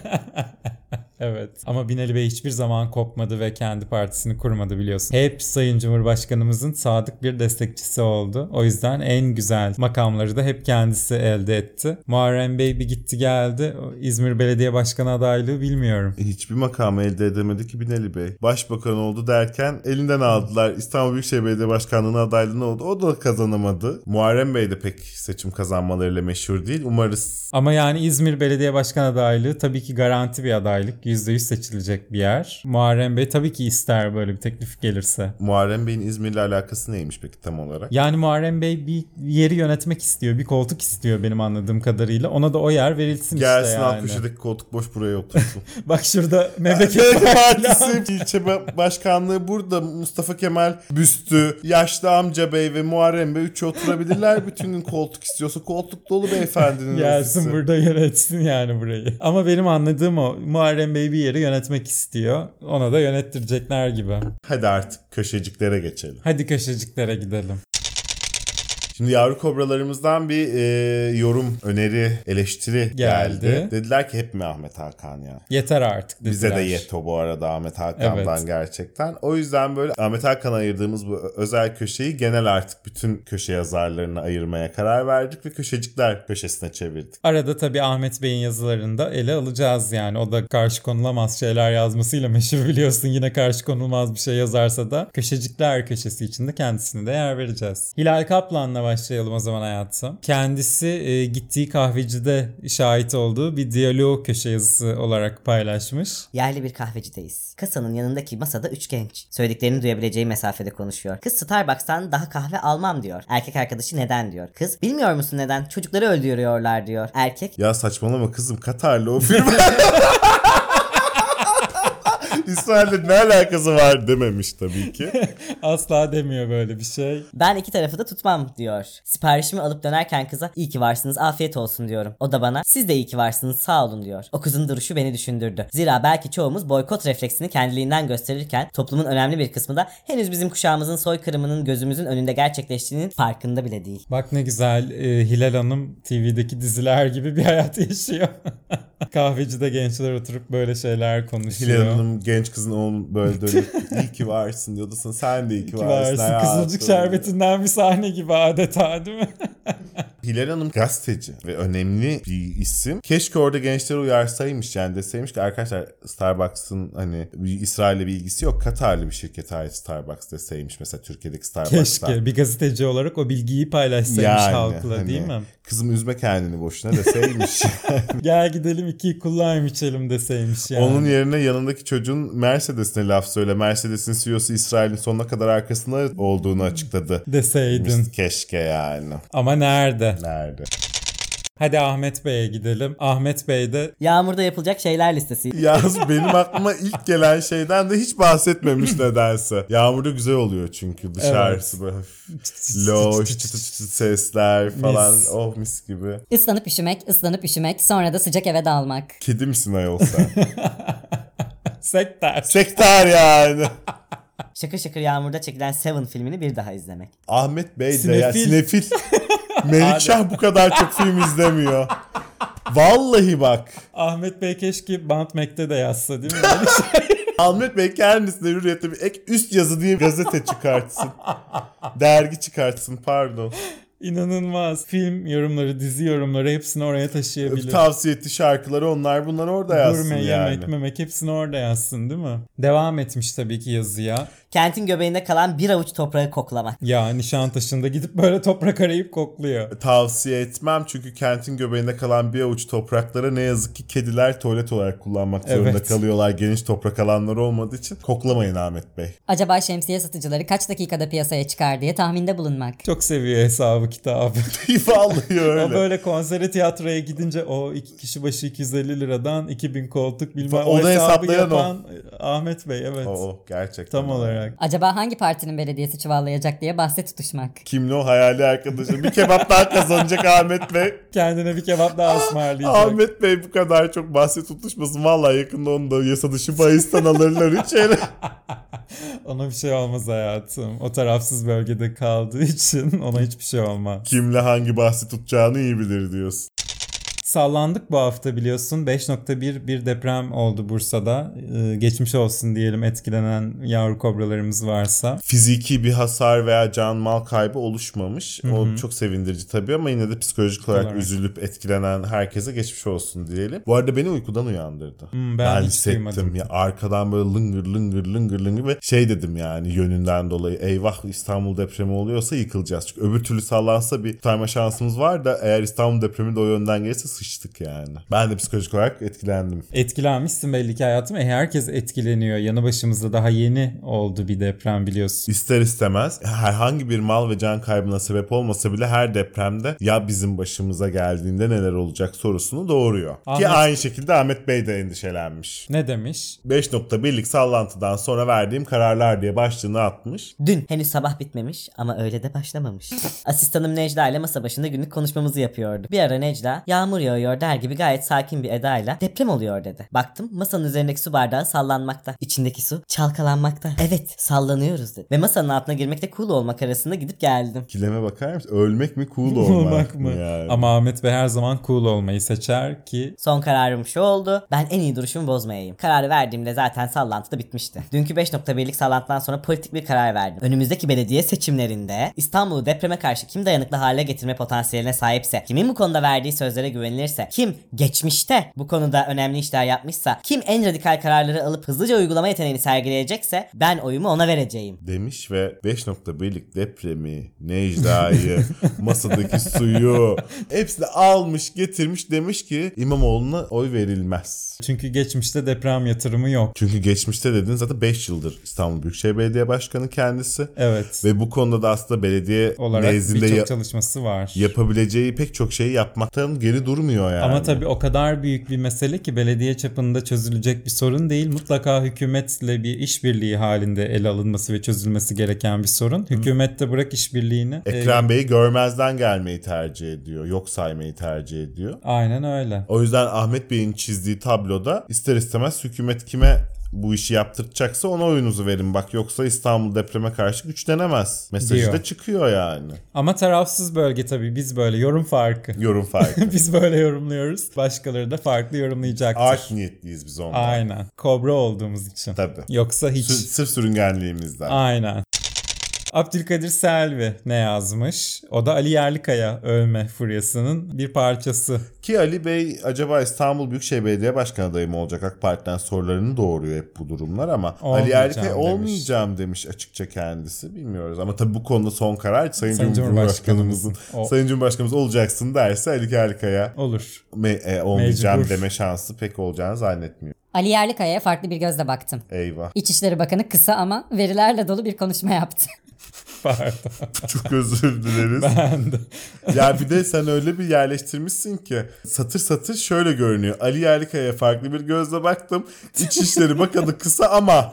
Evet. Ama Binali Bey hiçbir zaman kopmadı ve kendi partisini kurmadı biliyorsun. Hep Sayın Cumhurbaşkanımızın sadık bir destekçisi oldu. O yüzden en güzel makamları da hep kendisi elde etti. Muharrem Bey bir gitti geldi. O İzmir Belediye Başkanı adaylığı bilmiyorum. Hiçbir makamı elde edemedi ki Binali Bey. Başbakan oldu derken elinden aldılar. İstanbul Büyükşehir Belediye Başkanlığı'na adaylığına oldu. O da kazanamadı. Muharrem Bey de pek seçim kazanmalarıyla meşhur değil. Umarız. Ama yani İzmir Belediye Başkan adaylığı tabii ki garanti bir adaylık. %100 seçilecek bir yer. Muharrem Bey tabii ki ister böyle bir teklif gelirse. Muharrem Bey'in İzmir'le alakası neymiş peki tam olarak? Yani Muharrem Bey bir yeri yönetmek istiyor. Bir koltuk istiyor benim anladığım kadarıyla. Ona da o yer verilsin Gelsin işte yani. 60'daki koltuk boş buraya otursun. Bak şurada Memleket Partisi ilçe başkanlığı burada. Mustafa Kemal büstü, yaşlı amca bey ve Muharrem Bey üçü oturabilirler. Bütün gün koltuk istiyorsa koltuk dolu beyefendinin gelsin ofisi. burada yönetsin yani burayı. Ama benim anladığım o. Muharrem Bey bir yeri köşeleri yönetmek istiyor. Ona da yönettirecekler gibi. Hadi artık köşeciklere geçelim. Hadi köşeciklere gidelim. Şimdi yavru kobralarımızdan bir yorum, öneri, eleştiri geldi. Dediler ki hep mi Ahmet Hakan ya? Yeter artık dediler. Bize de yeto bu arada Ahmet Hakan'dan Evet. gerçekten. O yüzden böyle Ahmet Hakan'a ayırdığımız bu özel köşeyi genel artık bütün köşe yazarlarına ayırmaya karar verdik ve köşecikler köşesine çevirdik. Arada tabii Ahmet Bey'in yazılarını da ele alacağız yani. O da karşı konulamaz şeyler yazmasıyla meşhur biliyorsun. Yine karşı konulmaz bir şey yazarsa da köşecikler köşesi içinde kendisine de yer vereceğiz. Hilal Kaplan'la başlayalım o zaman hayatım. Kendisi gittiği kahvecide şahit olduğu bir diyalog köşe yazısı olarak paylaşmış. Yerli bir kahvecideyiz. Kasanın yanındaki masada 3 genç. Söylediklerini duyabileceği mesafede konuşuyor. Kız Starbucks'tan daha kahve almam diyor. Erkek arkadaşı neden diyor. Kız bilmiyor musun neden? Çocukları öldürüyorlar diyor. Erkek Ya saçmalama kızım, Katarlı o film. İsrail'le ne alakası var dememiş tabii ki. Asla demiyor böyle bir şey. ben iki tarafı da tutmam diyor. Siparişimi alıp dönerken kıza iyi ki varsınız afiyet olsun diyorum. O da bana siz de iyi ki varsınız sağ olun diyor. O kızın duruşu beni düşündürdü. Zira belki çoğumuz boykot refleksini kendiliğinden gösterirken toplumun önemli bir kısmı da henüz bizim kuşağımızın soykırımının gözümüzün önünde gerçekleştiğinin farkında bile değil. Bak ne güzel Hilal Hanım TV'deki diziler gibi bir hayat yaşıyor. Kahvecide gençler oturup böyle şeyler konuşuyor. Hilal Hanım genç kızın onun böyle dönüp iyi ki varsın diyordu. Sen de iyi ki varsın. Kızılcık şerbetinden bir sahne gibi adeta değil mi? Hilal Hanım gazeteci ve önemli bir isim. Keşke orada gençleri uyarsaymış, yani deseymiş ki arkadaşlar Starbucks'ın hani İsrail'le bir ilgisi yok. Katarlı bir şirkete ait Starbucks deseymiş mesela Türkiye'deki Starbucks'tan. Keşke bir gazeteci olarak o bilgiyi paylaşsaymış Yani, halkla hani, değil mi? Kızım üzme kendini boşuna deseymiş. Gel gidelim 2 kullayım içelim deseymiş yani. Onun yerine yanındaki çocuğun Mercedes'ine laf söyle. Mercedes'in CEO'su İsrail'in sonuna kadar arkasında olduğunu açıkladı. Deseydin. Keşke yani. Ama nerede? Nerede? Hadi Ahmet Bey'e gidelim. Ahmet Bey de Yağmurda yapılacak şeyler listesi. Yalnız benim aklıma ilk gelen şeyden de hiç bahsetmemiş nedense. Yağmurda güzel oluyor çünkü dışarısı böyle hafif loş çıtı çıtı sesler falan. Mis. Oh mis gibi. Islanıp üşümek, sonra da sıcak eve dalmak. Kedi misin ayol sen? sekter. Sektör yani. Şakır şakır yağmurda çekilen Seven filmini bir daha izlemek. Ahmet Bey de ya Sinefil. sinefil. Melikşah bu kadar çok film izlemiyor. Vallahi bak. Ahmet Bey keşke Bant Mac'te de yazsa değil mi? Ahmet Bey kendisine hürriyette bir ek üst yazı diye gazete çıkartsın. Dergi çıkartsın pardon. İnanılmaz. Film yorumları, dizi yorumları hepsini oraya taşıyabilir. Tavsiye ettiği şarkıları onlar bunlar orada yazsın Gurme, yani. yemek, memek hepsini orada yazsın değil mi? Devam etmiş tabii ki yazıya. Kentin göbeğinde kalan bir avuç toprağı koklamak. Ya Nişantaşı'nda gidip böyle toprak arayıp kokluyor. Tavsiye etmem çünkü kentin göbeğinde kalan bir avuç topraklara ne yazık ki kediler tuvalet olarak kullanmak zorunda Evet. kalıyorlar. Geniş toprak alanları olmadığı için koklamayın Ahmet Bey. Acaba şemsiye satıcıları kaç dakikada piyasaya çıkar diye tahminde bulunmak. Çok seviyor hesabı kitabı. Vallahi öyle. O böyle konsere tiyatroya gidince o 2 kişi başı 250 liradan 2000 koltuk bilmem o Onu hesabı hesaplayan o. yapan Ahmet Bey evet. O gerçekten. Tam olarak. Acaba hangi partinin belediyesi çuvallayacak diye bahse tutuşmak. Kimli o hayali arkadaşım? Bir kebap daha kazanacak Ahmet Bey. Kendine bir kebap daha ısmarlayacak. Ahmet Bey bu kadar çok bahse tutuşmasın. Vallahi yakında onu da yasa dışı bahistan alırlar içeri. Ona bir şey olmaz hayatım. O tarafsız bölgede kaldığı için ona hiçbir şey olmaz. Kimle hangi bahsi tutacağını iyi bilir diyorsun. Sallandık bu hafta biliyorsun. 5.1 bir deprem oldu Bursa'da. Geçmiş olsun diyelim etkilenen yavru kobralarımız varsa. Fiziki bir hasar veya can mal kaybı oluşmamış. O çok sevindirici tabii ama yine de psikolojik olarak üzülüp etkilenen herkese geçmiş olsun diyelim. Bu arada beni uykudan uyandırdı. Ben hiç hissettim duymadım. ya, arkadan böyle lıngır ve şey dedim yani yönünden dolayı eyvah İstanbul depremi oluyorsa yıkılacağız. Çünkü öbür türlü sallansa bir kurtarma şansımız var da eğer İstanbul depremi de o yönden gelirse sıçtık yani. Ben de psikolojik olarak etkilendim. Etkilenmişsin belli ki hayatım. Herkes etkileniyor. Yanı başımızda daha yeni oldu bir deprem biliyorsun. İster istemez herhangi bir mal ve can kaybına sebep olmasa bile her depremde ya bizim başımıza geldiğinde neler olacak sorusunu doğuruyor. Ki aynı şekilde Ahmet Bey de endişelenmiş. Ne demiş? 5.1'lik sallantıdan sonra verdiğim kararlar diye başlığını atmış. Dün henüz sabah bitmemiş ama öyle de başlamamış. Asistanım Necla ile masa başında günlük konuşmamızı yapıyordu. Bir ara Necla yağmur yağıyor der gibi gayet sakin bir edayla deprem oluyor dedi. Baktım masanın üzerindeki su bardağı sallanmakta. İçindeki su çalkalanmakta. Evet sallanıyoruz dedi. Ve masanın altına girmekle cool olmak arasında gidip geldim. İkileme bakar mısın? Ölmek mi cool olmak mı yani? Ama Ahmet Bey her zaman cool olmayı seçer ki Son kararım şu oldu. Ben en iyi duruşumu bozmayayım. Kararı verdiğimde zaten sallantı da bitmişti. Dünkü 5.1'lik sallantıdan sonra politik bir karar verdim. Önümüzdeki belediye seçimlerinde İstanbul'u depreme karşı kim dayanıklı hale getirme potansiyeline sahipse, kimin bu konuda verdiği sözlere güvenilirse, kim geçmişte bu konuda önemli işler yapmışsa, kim en radikal kararları alıp hızlıca uygulama yeteneğini sergileyecekse ben oyumu ona vereceğim. Demiş ve 5.1'lik depremi, Necla'yı, masadaki suyu hepsini almış getirmiş, demiş ki İmamoğlu'na oy verilmez. çünkü geçmişte deprem yatırımı yok. Çünkü geçmişte dedin zaten 5 yıldır İstanbul Büyükşehir Belediye Başkanı kendisi. Evet. Ve bu konuda da aslında belediye Olarak nezdinde birçok çalışması var. yapabileceği pek çok şeyi yapmaktan geri durmuyor yani. Ama tabii o kadar büyük bir mesele ki belediye çapında çözülecek bir sorun değil. Mutlaka hükümetle bir işbirliği halinde ele alınması ve çözülmesi gereken bir sorun. Hükümet de bırak işbirliğini. Ekrem Bey'i görmezden gelmeyi tercih ediyor. Yok saymayı tercih ediyor. Aynen öyle. O yüzden Ahmet Bey'in çizdiği tabloda ister istemez hükümet kime bu işi yaptıracaksa ona oyunuzu verin bak, yoksa İstanbul depreme karşı güçlenemez mesajı Diyor. da çıkıyor yani. Ama tarafsız bölge tabii, biz böyle yorum farkı. Yorum farkı. Biz böyle yorumluyoruz. Başkaları da farklı yorumlayacaktır. Art niyetliyiz biz ondan. Aynen. Kobra olduğumuz için. Tabii. Yoksa hiç. Sırf sürüngenliğimizden. Aynen. Abdülkadir Selvi ne yazmış? O da Ali Yerlikaya övme furyasının bir parçası. Ki Ali Bey acaba İstanbul Büyükşehir Belediye Başkanı adayı mı olacak? AK Parti'den sorularını doğuruyor hep bu durumlar ama Ali Olmayacağım Yerlikaya demiş. olmayacağım demiş açıkça kendisi. Bilmiyoruz ama tabii bu konuda son karar Sayın Sayın Cumhurbaşkanımızın. Cumhurbaşkanımızın. Sayın Cumhurbaşkanımız olacaksın derse Ali Yerlikaya Olur. olmayacağım Mecbur. deme şansı pek olacağını zannetmiyorum. Ali Yerlikaya'ya farklı bir gözle baktım. Eyvah. İçişleri Bakanı kısa ama verilerle dolu bir konuşma yaptı. Pardon. Çok özür dileriz. Ben de. Ya bir de sen öyle bir yerleştirmişsin ki satır satır şöyle görünüyor. Ali Yerlikaya'ya farklı bir gözle baktım. İçişleri Bakanı kısa ama.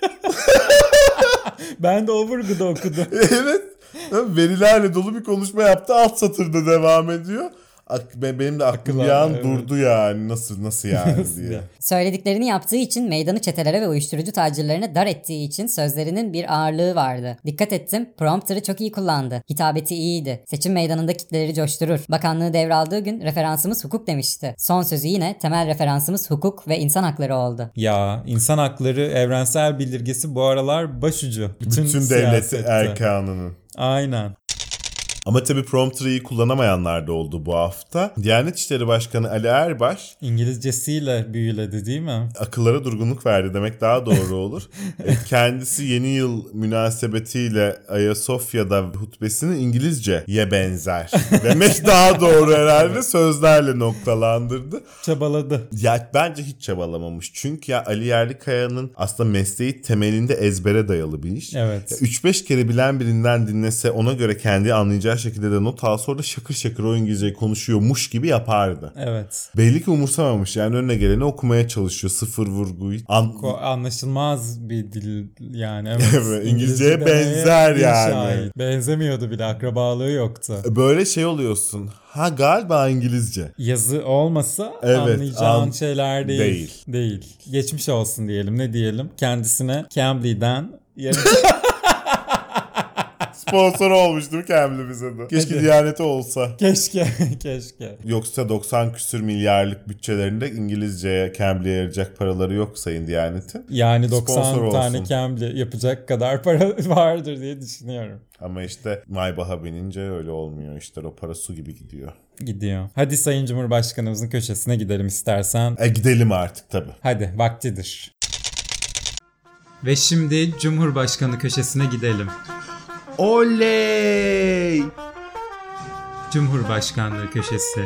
Ben de o vurguda okudum. Evet. Verilerle dolu bir konuşma yaptı. Alt satırda devam ediyor. Benim de aklım bir an evet. durdu yani. Nasıl yani diye. Söylediklerini yaptığı için meydanı çetelere ve uyuşturucu tacirlerine dar ettiği için sözlerinin bir ağırlığı vardı. Dikkat ettim, prompter'ı çok iyi kullandı. Hitabeti iyiydi. Seçim meydanında kitleleri coşturur. Bakanlığı devraldığı gün referansımız hukuk demişti. Son sözü yine temel referansımız hukuk ve insan hakları oldu. Ya insan hakları evrensel bildirgesi bu aralar başucu. Bütün devlet siyasette. erkanının. Aynen. Ama tabii prompter'ı iyi kullanamayanlar da oldu bu hafta. Diyanet İşleri Başkanı Ali Erbaş İngilizcesiyle büyüledi değil mi? akıllara durgunluk verdi demek daha doğru olur. Kendisi yeni yıl münasebetiyle Ayasofya'da hutbesini İngilizce'ye benzer demek daha doğru herhalde, sözlerle noktalandırdı. Çabaladı. Ya bence hiç çabalamamış. Çünkü ya Ali Yerlikaya'nın aslında mesleği temelinde ezbere dayalı bir iş. Evet. 3-5 kere bilen birinden dinlese, ona göre kendi anlayacağı şekilde de not alsa, orada şakır şakır o İngilizceyi konuşuyormuş gibi yapardı. Evet. Belli ki umursamamış, yani önüne geleni okumaya çalışıyor, sıfır vurguyu. Anlaşılmaz bir dil yani. Evet, İngilizceye benzer bir yani. şahit. Benzemiyordu bile, akrabalığı yoktu. Böyle şey oluyorsun. Ha galiba İngilizce. Yazı olmasa Evet, anlayacağın şeyler değil. değil. Geçmiş olsun diyelim, ne diyelim. Kendisine Cambly'den Sponsor olmuş değil mi Cambly bize de? Keşke Hadi. Diyaneti olsa. keşke. Yoksa 90 küsür milyarlık bütçelerinde İngilizceye, Cambly'e yarayacak paraları yok Sayın Diyanet'in. Yani Sponsor 90 tane olsun. Cambly yapacak kadar para vardır diye düşünüyorum. Ama işte Maybach'a binince öyle olmuyor. İşte o para su gibi gidiyor. Gidiyor. Hadi Sayın Cumhurbaşkanımızın köşesine gidelim istersen. Gidelim artık tabii. Hadi vaktidir. Ve şimdi Cumhurbaşkanı köşesine gidelim. Oley! Cumhurbaşkanlığı köşesi.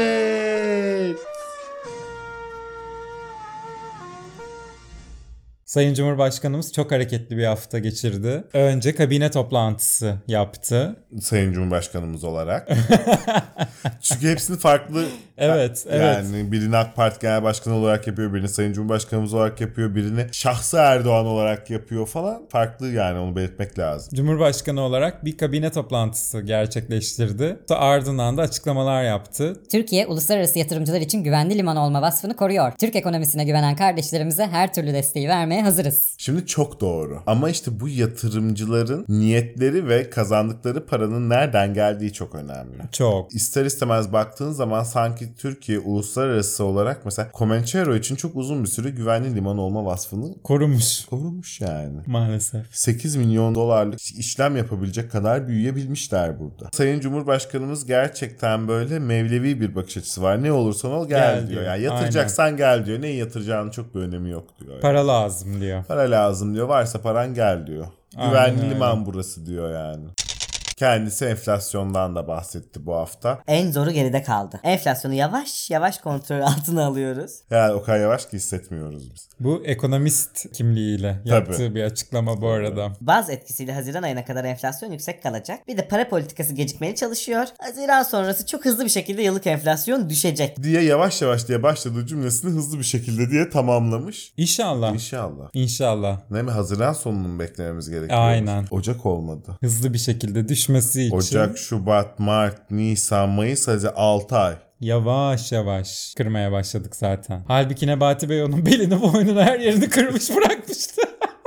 Evet! Sayın Cumhurbaşkanımız çok hareketli bir hafta geçirdi. Önce kabine toplantısı yaptı. Sayın Cumhurbaşkanımız olarak. Çünkü hepsini farklı Evet. yani birini AK Parti Genel Başkanı olarak yapıyor, birini Sayın Cumhurbaşkanımız olarak yapıyor, birini şahsı Erdoğan olarak yapıyor falan. Farklı yani, onu belirtmek lazım. Cumhurbaşkanı olarak bir kabine toplantısı gerçekleştirdi. Ardından da açıklamalar yaptı. Türkiye uluslararası yatırımcılar için güvenli liman olma vasfını koruyor. Türk ekonomisine güvenen kardeşlerimize her türlü desteği vermeye hazırız. Şimdi çok doğru. Ama işte bu yatırımcıların niyetleri ve kazandıkları paranın nereden geldiği çok önemli. Çok. İster istemez baktığın zaman sanki Türkiye uluslararası olarak mesela Comanchero için çok uzun bir süre güvenli liman olma vasfını korumuş yani. Maalesef. 8 milyon dolarlık işlem yapabilecek kadar büyüyebilmişler burada. Sayın Cumhurbaşkanımız gerçekten böyle mevlevi bir bakış açısı var. Ne olursan ol gel diyor. Yani yatıracaksan gel diyor. Neyi yatıracağının çok bir önemi yok diyor. Para lazım diyor. Para lazım diyor. Varsa paran gel diyor. Güvenli liman burası diyor yani. Kendisi enflasyondan da bahsetti bu hafta. En zoru geride kaldı. Enflasyonu yavaş yavaş kontrol altına alıyoruz. Yani o kadar yavaş ki hissetmiyoruz biz. Bu ekonomist kimliğiyle yaptığı bir açıklama bu arada. Baz etkisiyle Haziran ayına kadar enflasyon yüksek kalacak. Bir de para politikası gecikmeli çalışıyor. Haziran sonrası çok hızlı bir şekilde yıllık enflasyon düşecek Diye yavaş yavaş diye başladığı cümlesini hızlı bir şekilde diye tamamlamış. İnşallah. İnşallah. Ne mi, Haziran sonunu mu beklememiz gerekiyor? Aynen. Ocak olmadı. Hızlı bir şekilde düşmesi için. Ocak, Şubat, Mart, Nisan, Mayıs, hadi 6 ay. Yavaş yavaş kırmaya başladık zaten. Halbuki Nebati Bey onun belini, boynunu, her yerini kırmış bırakmıştı.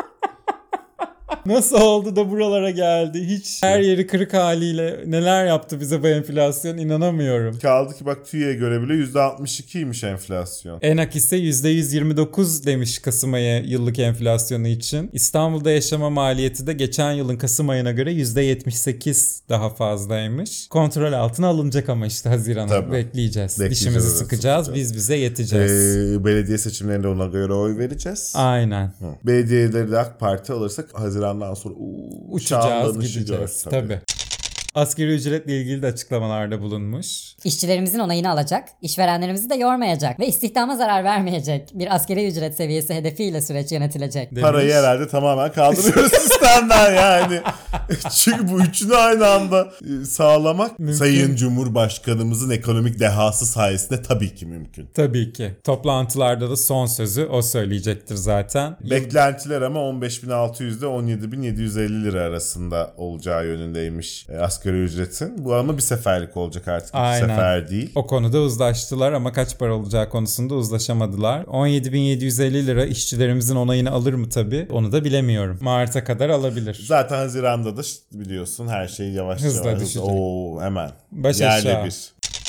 Nasıl oldu da buralara geldi? Hiç her yeri kırık haliyle neler yaptı bize bu enflasyon, inanamıyorum. Kaldı ki bak TÜİ'ye göre bile %62'ymiş enflasyon. ENAK ise %129 demiş Kasım ayı yıllık enflasyonu için. İstanbul'da yaşama maliyeti de geçen yılın Kasım ayına göre %78 daha fazlaymış. Kontrol altına alınacak ama işte Haziran'a bekleyeceğiz. Dişimizi sıkacağız. Biz bize yeteceğiz. Belediye seçimlerinde ona göre oy vereceğiz. Aynen. Belediyeleri de AK Parti alırsak Haziran'dan sonra uçacağız, gideceğiz. Tabii. Asgari ücretle ilgili de açıklamalarda bulunmuş. İşçilerimizin onayını alacak, işverenlerimizi de yormayacak ve istihdama zarar vermeyecek bir asgari ücret seviyesi hedefiyle süreç yönetilecek. Demiş. Parayı herhalde tamamen kaldırıyoruz sistemden yani. Çünkü bu üçünü aynı anda sağlamak mümkün. Sayın Cumhurbaşkanımızın ekonomik dehası sayesinde tabii ki mümkün. Tabii ki. Toplantılarda da son sözü o söyleyecektir zaten. Beklentiler ama 15.600 ile 17.750 lira arasında olacağı yönündeymiş asgari ücretin. Bu ama bir seferlik olacak artık. Aynen. Bir sefer değil. O konuda uzlaştılar ama kaç para olacağı konusunda uzlaşamadılar. 17.750 lira işçilerimizin onayını alır mı tabii? Onu da bilemiyorum. Mart'a kadar alabilir. Zaten Haziran'da da biliyorsun her şey yavaş hızla düşecek. Hemen. Baş yerle aşağı. bir.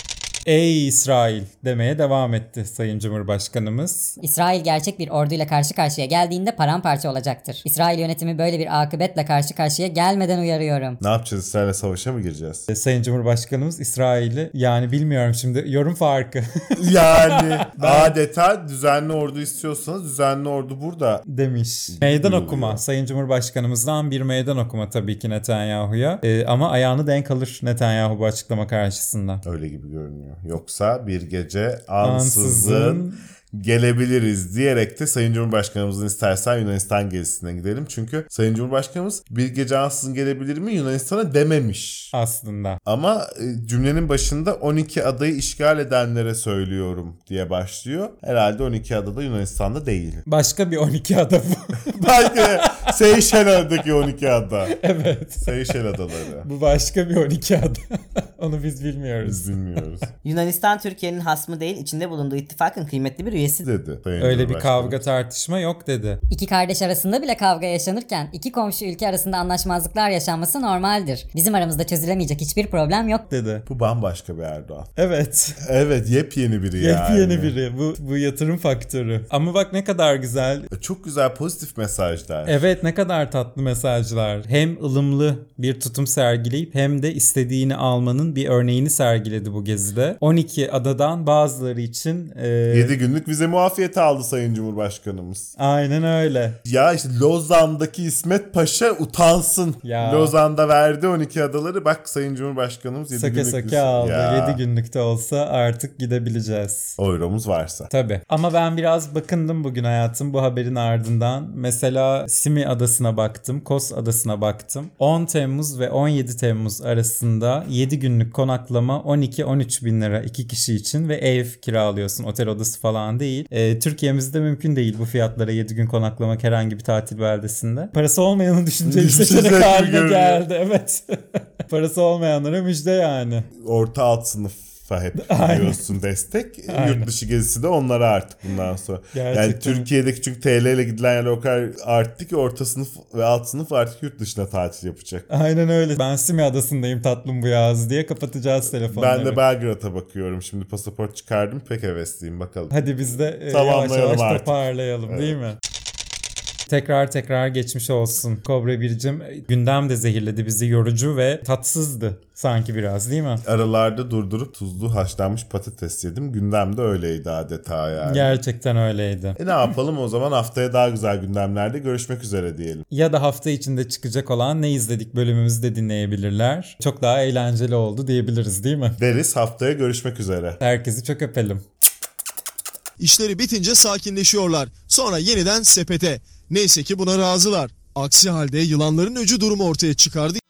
Ey İsrail demeye devam etti Sayın Cumhurbaşkanımız. İsrail gerçek bir orduyla karşı karşıya geldiğinde paramparça olacaktır. İsrail yönetimi böyle bir akıbetle karşı karşıya gelmeden uyarıyorum. Ne yapacağız? İsrail'le savaşa mı gireceğiz? Sayın Cumhurbaşkanımız İsrail'i, yani bilmiyorum şimdi, yorum farkı. Yani adeta düzenli ordu istiyorsanız düzenli ordu burada demiş. Meydan okuma. Sayın Cumhurbaşkanımızdan bir meydan okuma tabii ki Netanyahu'ya. Ama ayağını denk alır Netanyahu bu açıklama karşısında. Öyle gibi görünüyor. Yoksa bir gece ansızın gelebiliriz diyerek de Sayın Cumhurbaşkanımızın istersen Yunanistan gezisine gidelim. Çünkü Sayın Cumhurbaşkanımız bir gece ansızın gelebilir mi Yunanistan'a dememiş. Aslında. Ama cümlenin başında 12 adayı işgal edenlere söylüyorum diye başlıyor. Herhalde 12 ada da Yunanistan'da değil. Başka bir 12 ada bu. Belki Seyşeler'deki 12 ada. Evet. Seyşel adaları. Bu başka bir 12 ada. Onu biz bilmiyoruz. Biz bilmiyoruz. Yunanistan Türkiye'nin hasmı değil, içinde bulunduğu ittifakın kıymetli bir üyesi dedi. Öyle bir kavga tartışma yok dedi. İki kardeş arasında bile kavga yaşanırken iki komşu ülke arasında anlaşmazlıklar yaşanması normaldir. Bizim aramızda çözülemeyecek hiçbir problem yok dedi. Bu bambaşka bir Erdoğan. Evet. Evet, yepyeni biri yani. Yepyeni biri. Bu yatırım faktörü. Ama bak ne kadar güzel. Çok güzel pozitif mesajlar. Evet, ne kadar tatlı mesajlar. Hem ılımlı bir tutum sergileyip hem de istediğini almanın bir örneğini sergiledi bu gezide. 12 adadan bazıları için 7 günlük bize muafiyet aldı Sayın Cumhurbaşkanımız. Aynen öyle. Ya işte Lozan'daki İsmet Paşa utansın. Ya. Lozan'da verdi 12 adaları. Bak Sayın Cumhurbaşkanımız 7 Sake günlük sake aldı. Ya. 7 günlükte olsa artık gidebileceğiz. Euromuz varsa. Tabii. Ama ben biraz bakındım bugün hayatım bu haberin ardından. Mesela Simi Adası'na baktım, Kos Adası'na baktım. 10 Temmuz ve 17 Temmuz arasında 7 günlük konaklama 12-13 bin lira 2 kişi için ve ev kiralıyorsun. Otel odası falan değil. Türkiye'mizde mümkün değil bu fiyatlara 7 gün konaklamak herhangi bir tatil beldesinde. Parası olmayanın düşünceli seçenek haline geldi. Evet. Parası olmayanlara müjde yani. Orta alt sınıfa hep biliyorsun destek. Yurt dışı gezisi de onlara artık bundan sonra. Gerçekten. Yani Türkiye'deki çünkü TL ile gidilen yerler o kadar arttı ki orta sınıf ve alt sınıf artık yurt dışına tatil yapacak. Aynen öyle. Ben Simi Adası'ndayım tatlım bu yaz diye kapatacağız telefonları. Ben de Belgrad'a bakıyorum. Şimdi pasaport çıkardım. Pek hevesliyim bakalım. Hadi biz de yavaş Tamamlayalım yavaş artık. toparlayalım değil mi? Tekrar geçmiş olsun. Kobra Biricim gündem de zehirledi bizi, yorucu ve tatsızdı sanki biraz değil mi? Aralarda durdurup tuzlu haşlanmış patates yedim. Gündem de öyleydi adeta yani. Gerçekten öyleydi. Ne yapalım o zaman haftaya daha güzel gündemlerde görüşmek üzere diyelim. Ya da hafta içinde çıkacak olan Ne izledik bölümümüzü de dinleyebilirler. Çok daha eğlenceli oldu diyebiliriz değil mi? Deriz, haftaya görüşmek üzere. Herkesi çok öpelim. İşleri bitince sakinleşiyorlar. Sonra yeniden sepete. Neyse ki buna razılar. Aksi halde yılanların öcü durumu ortaya çıkardı.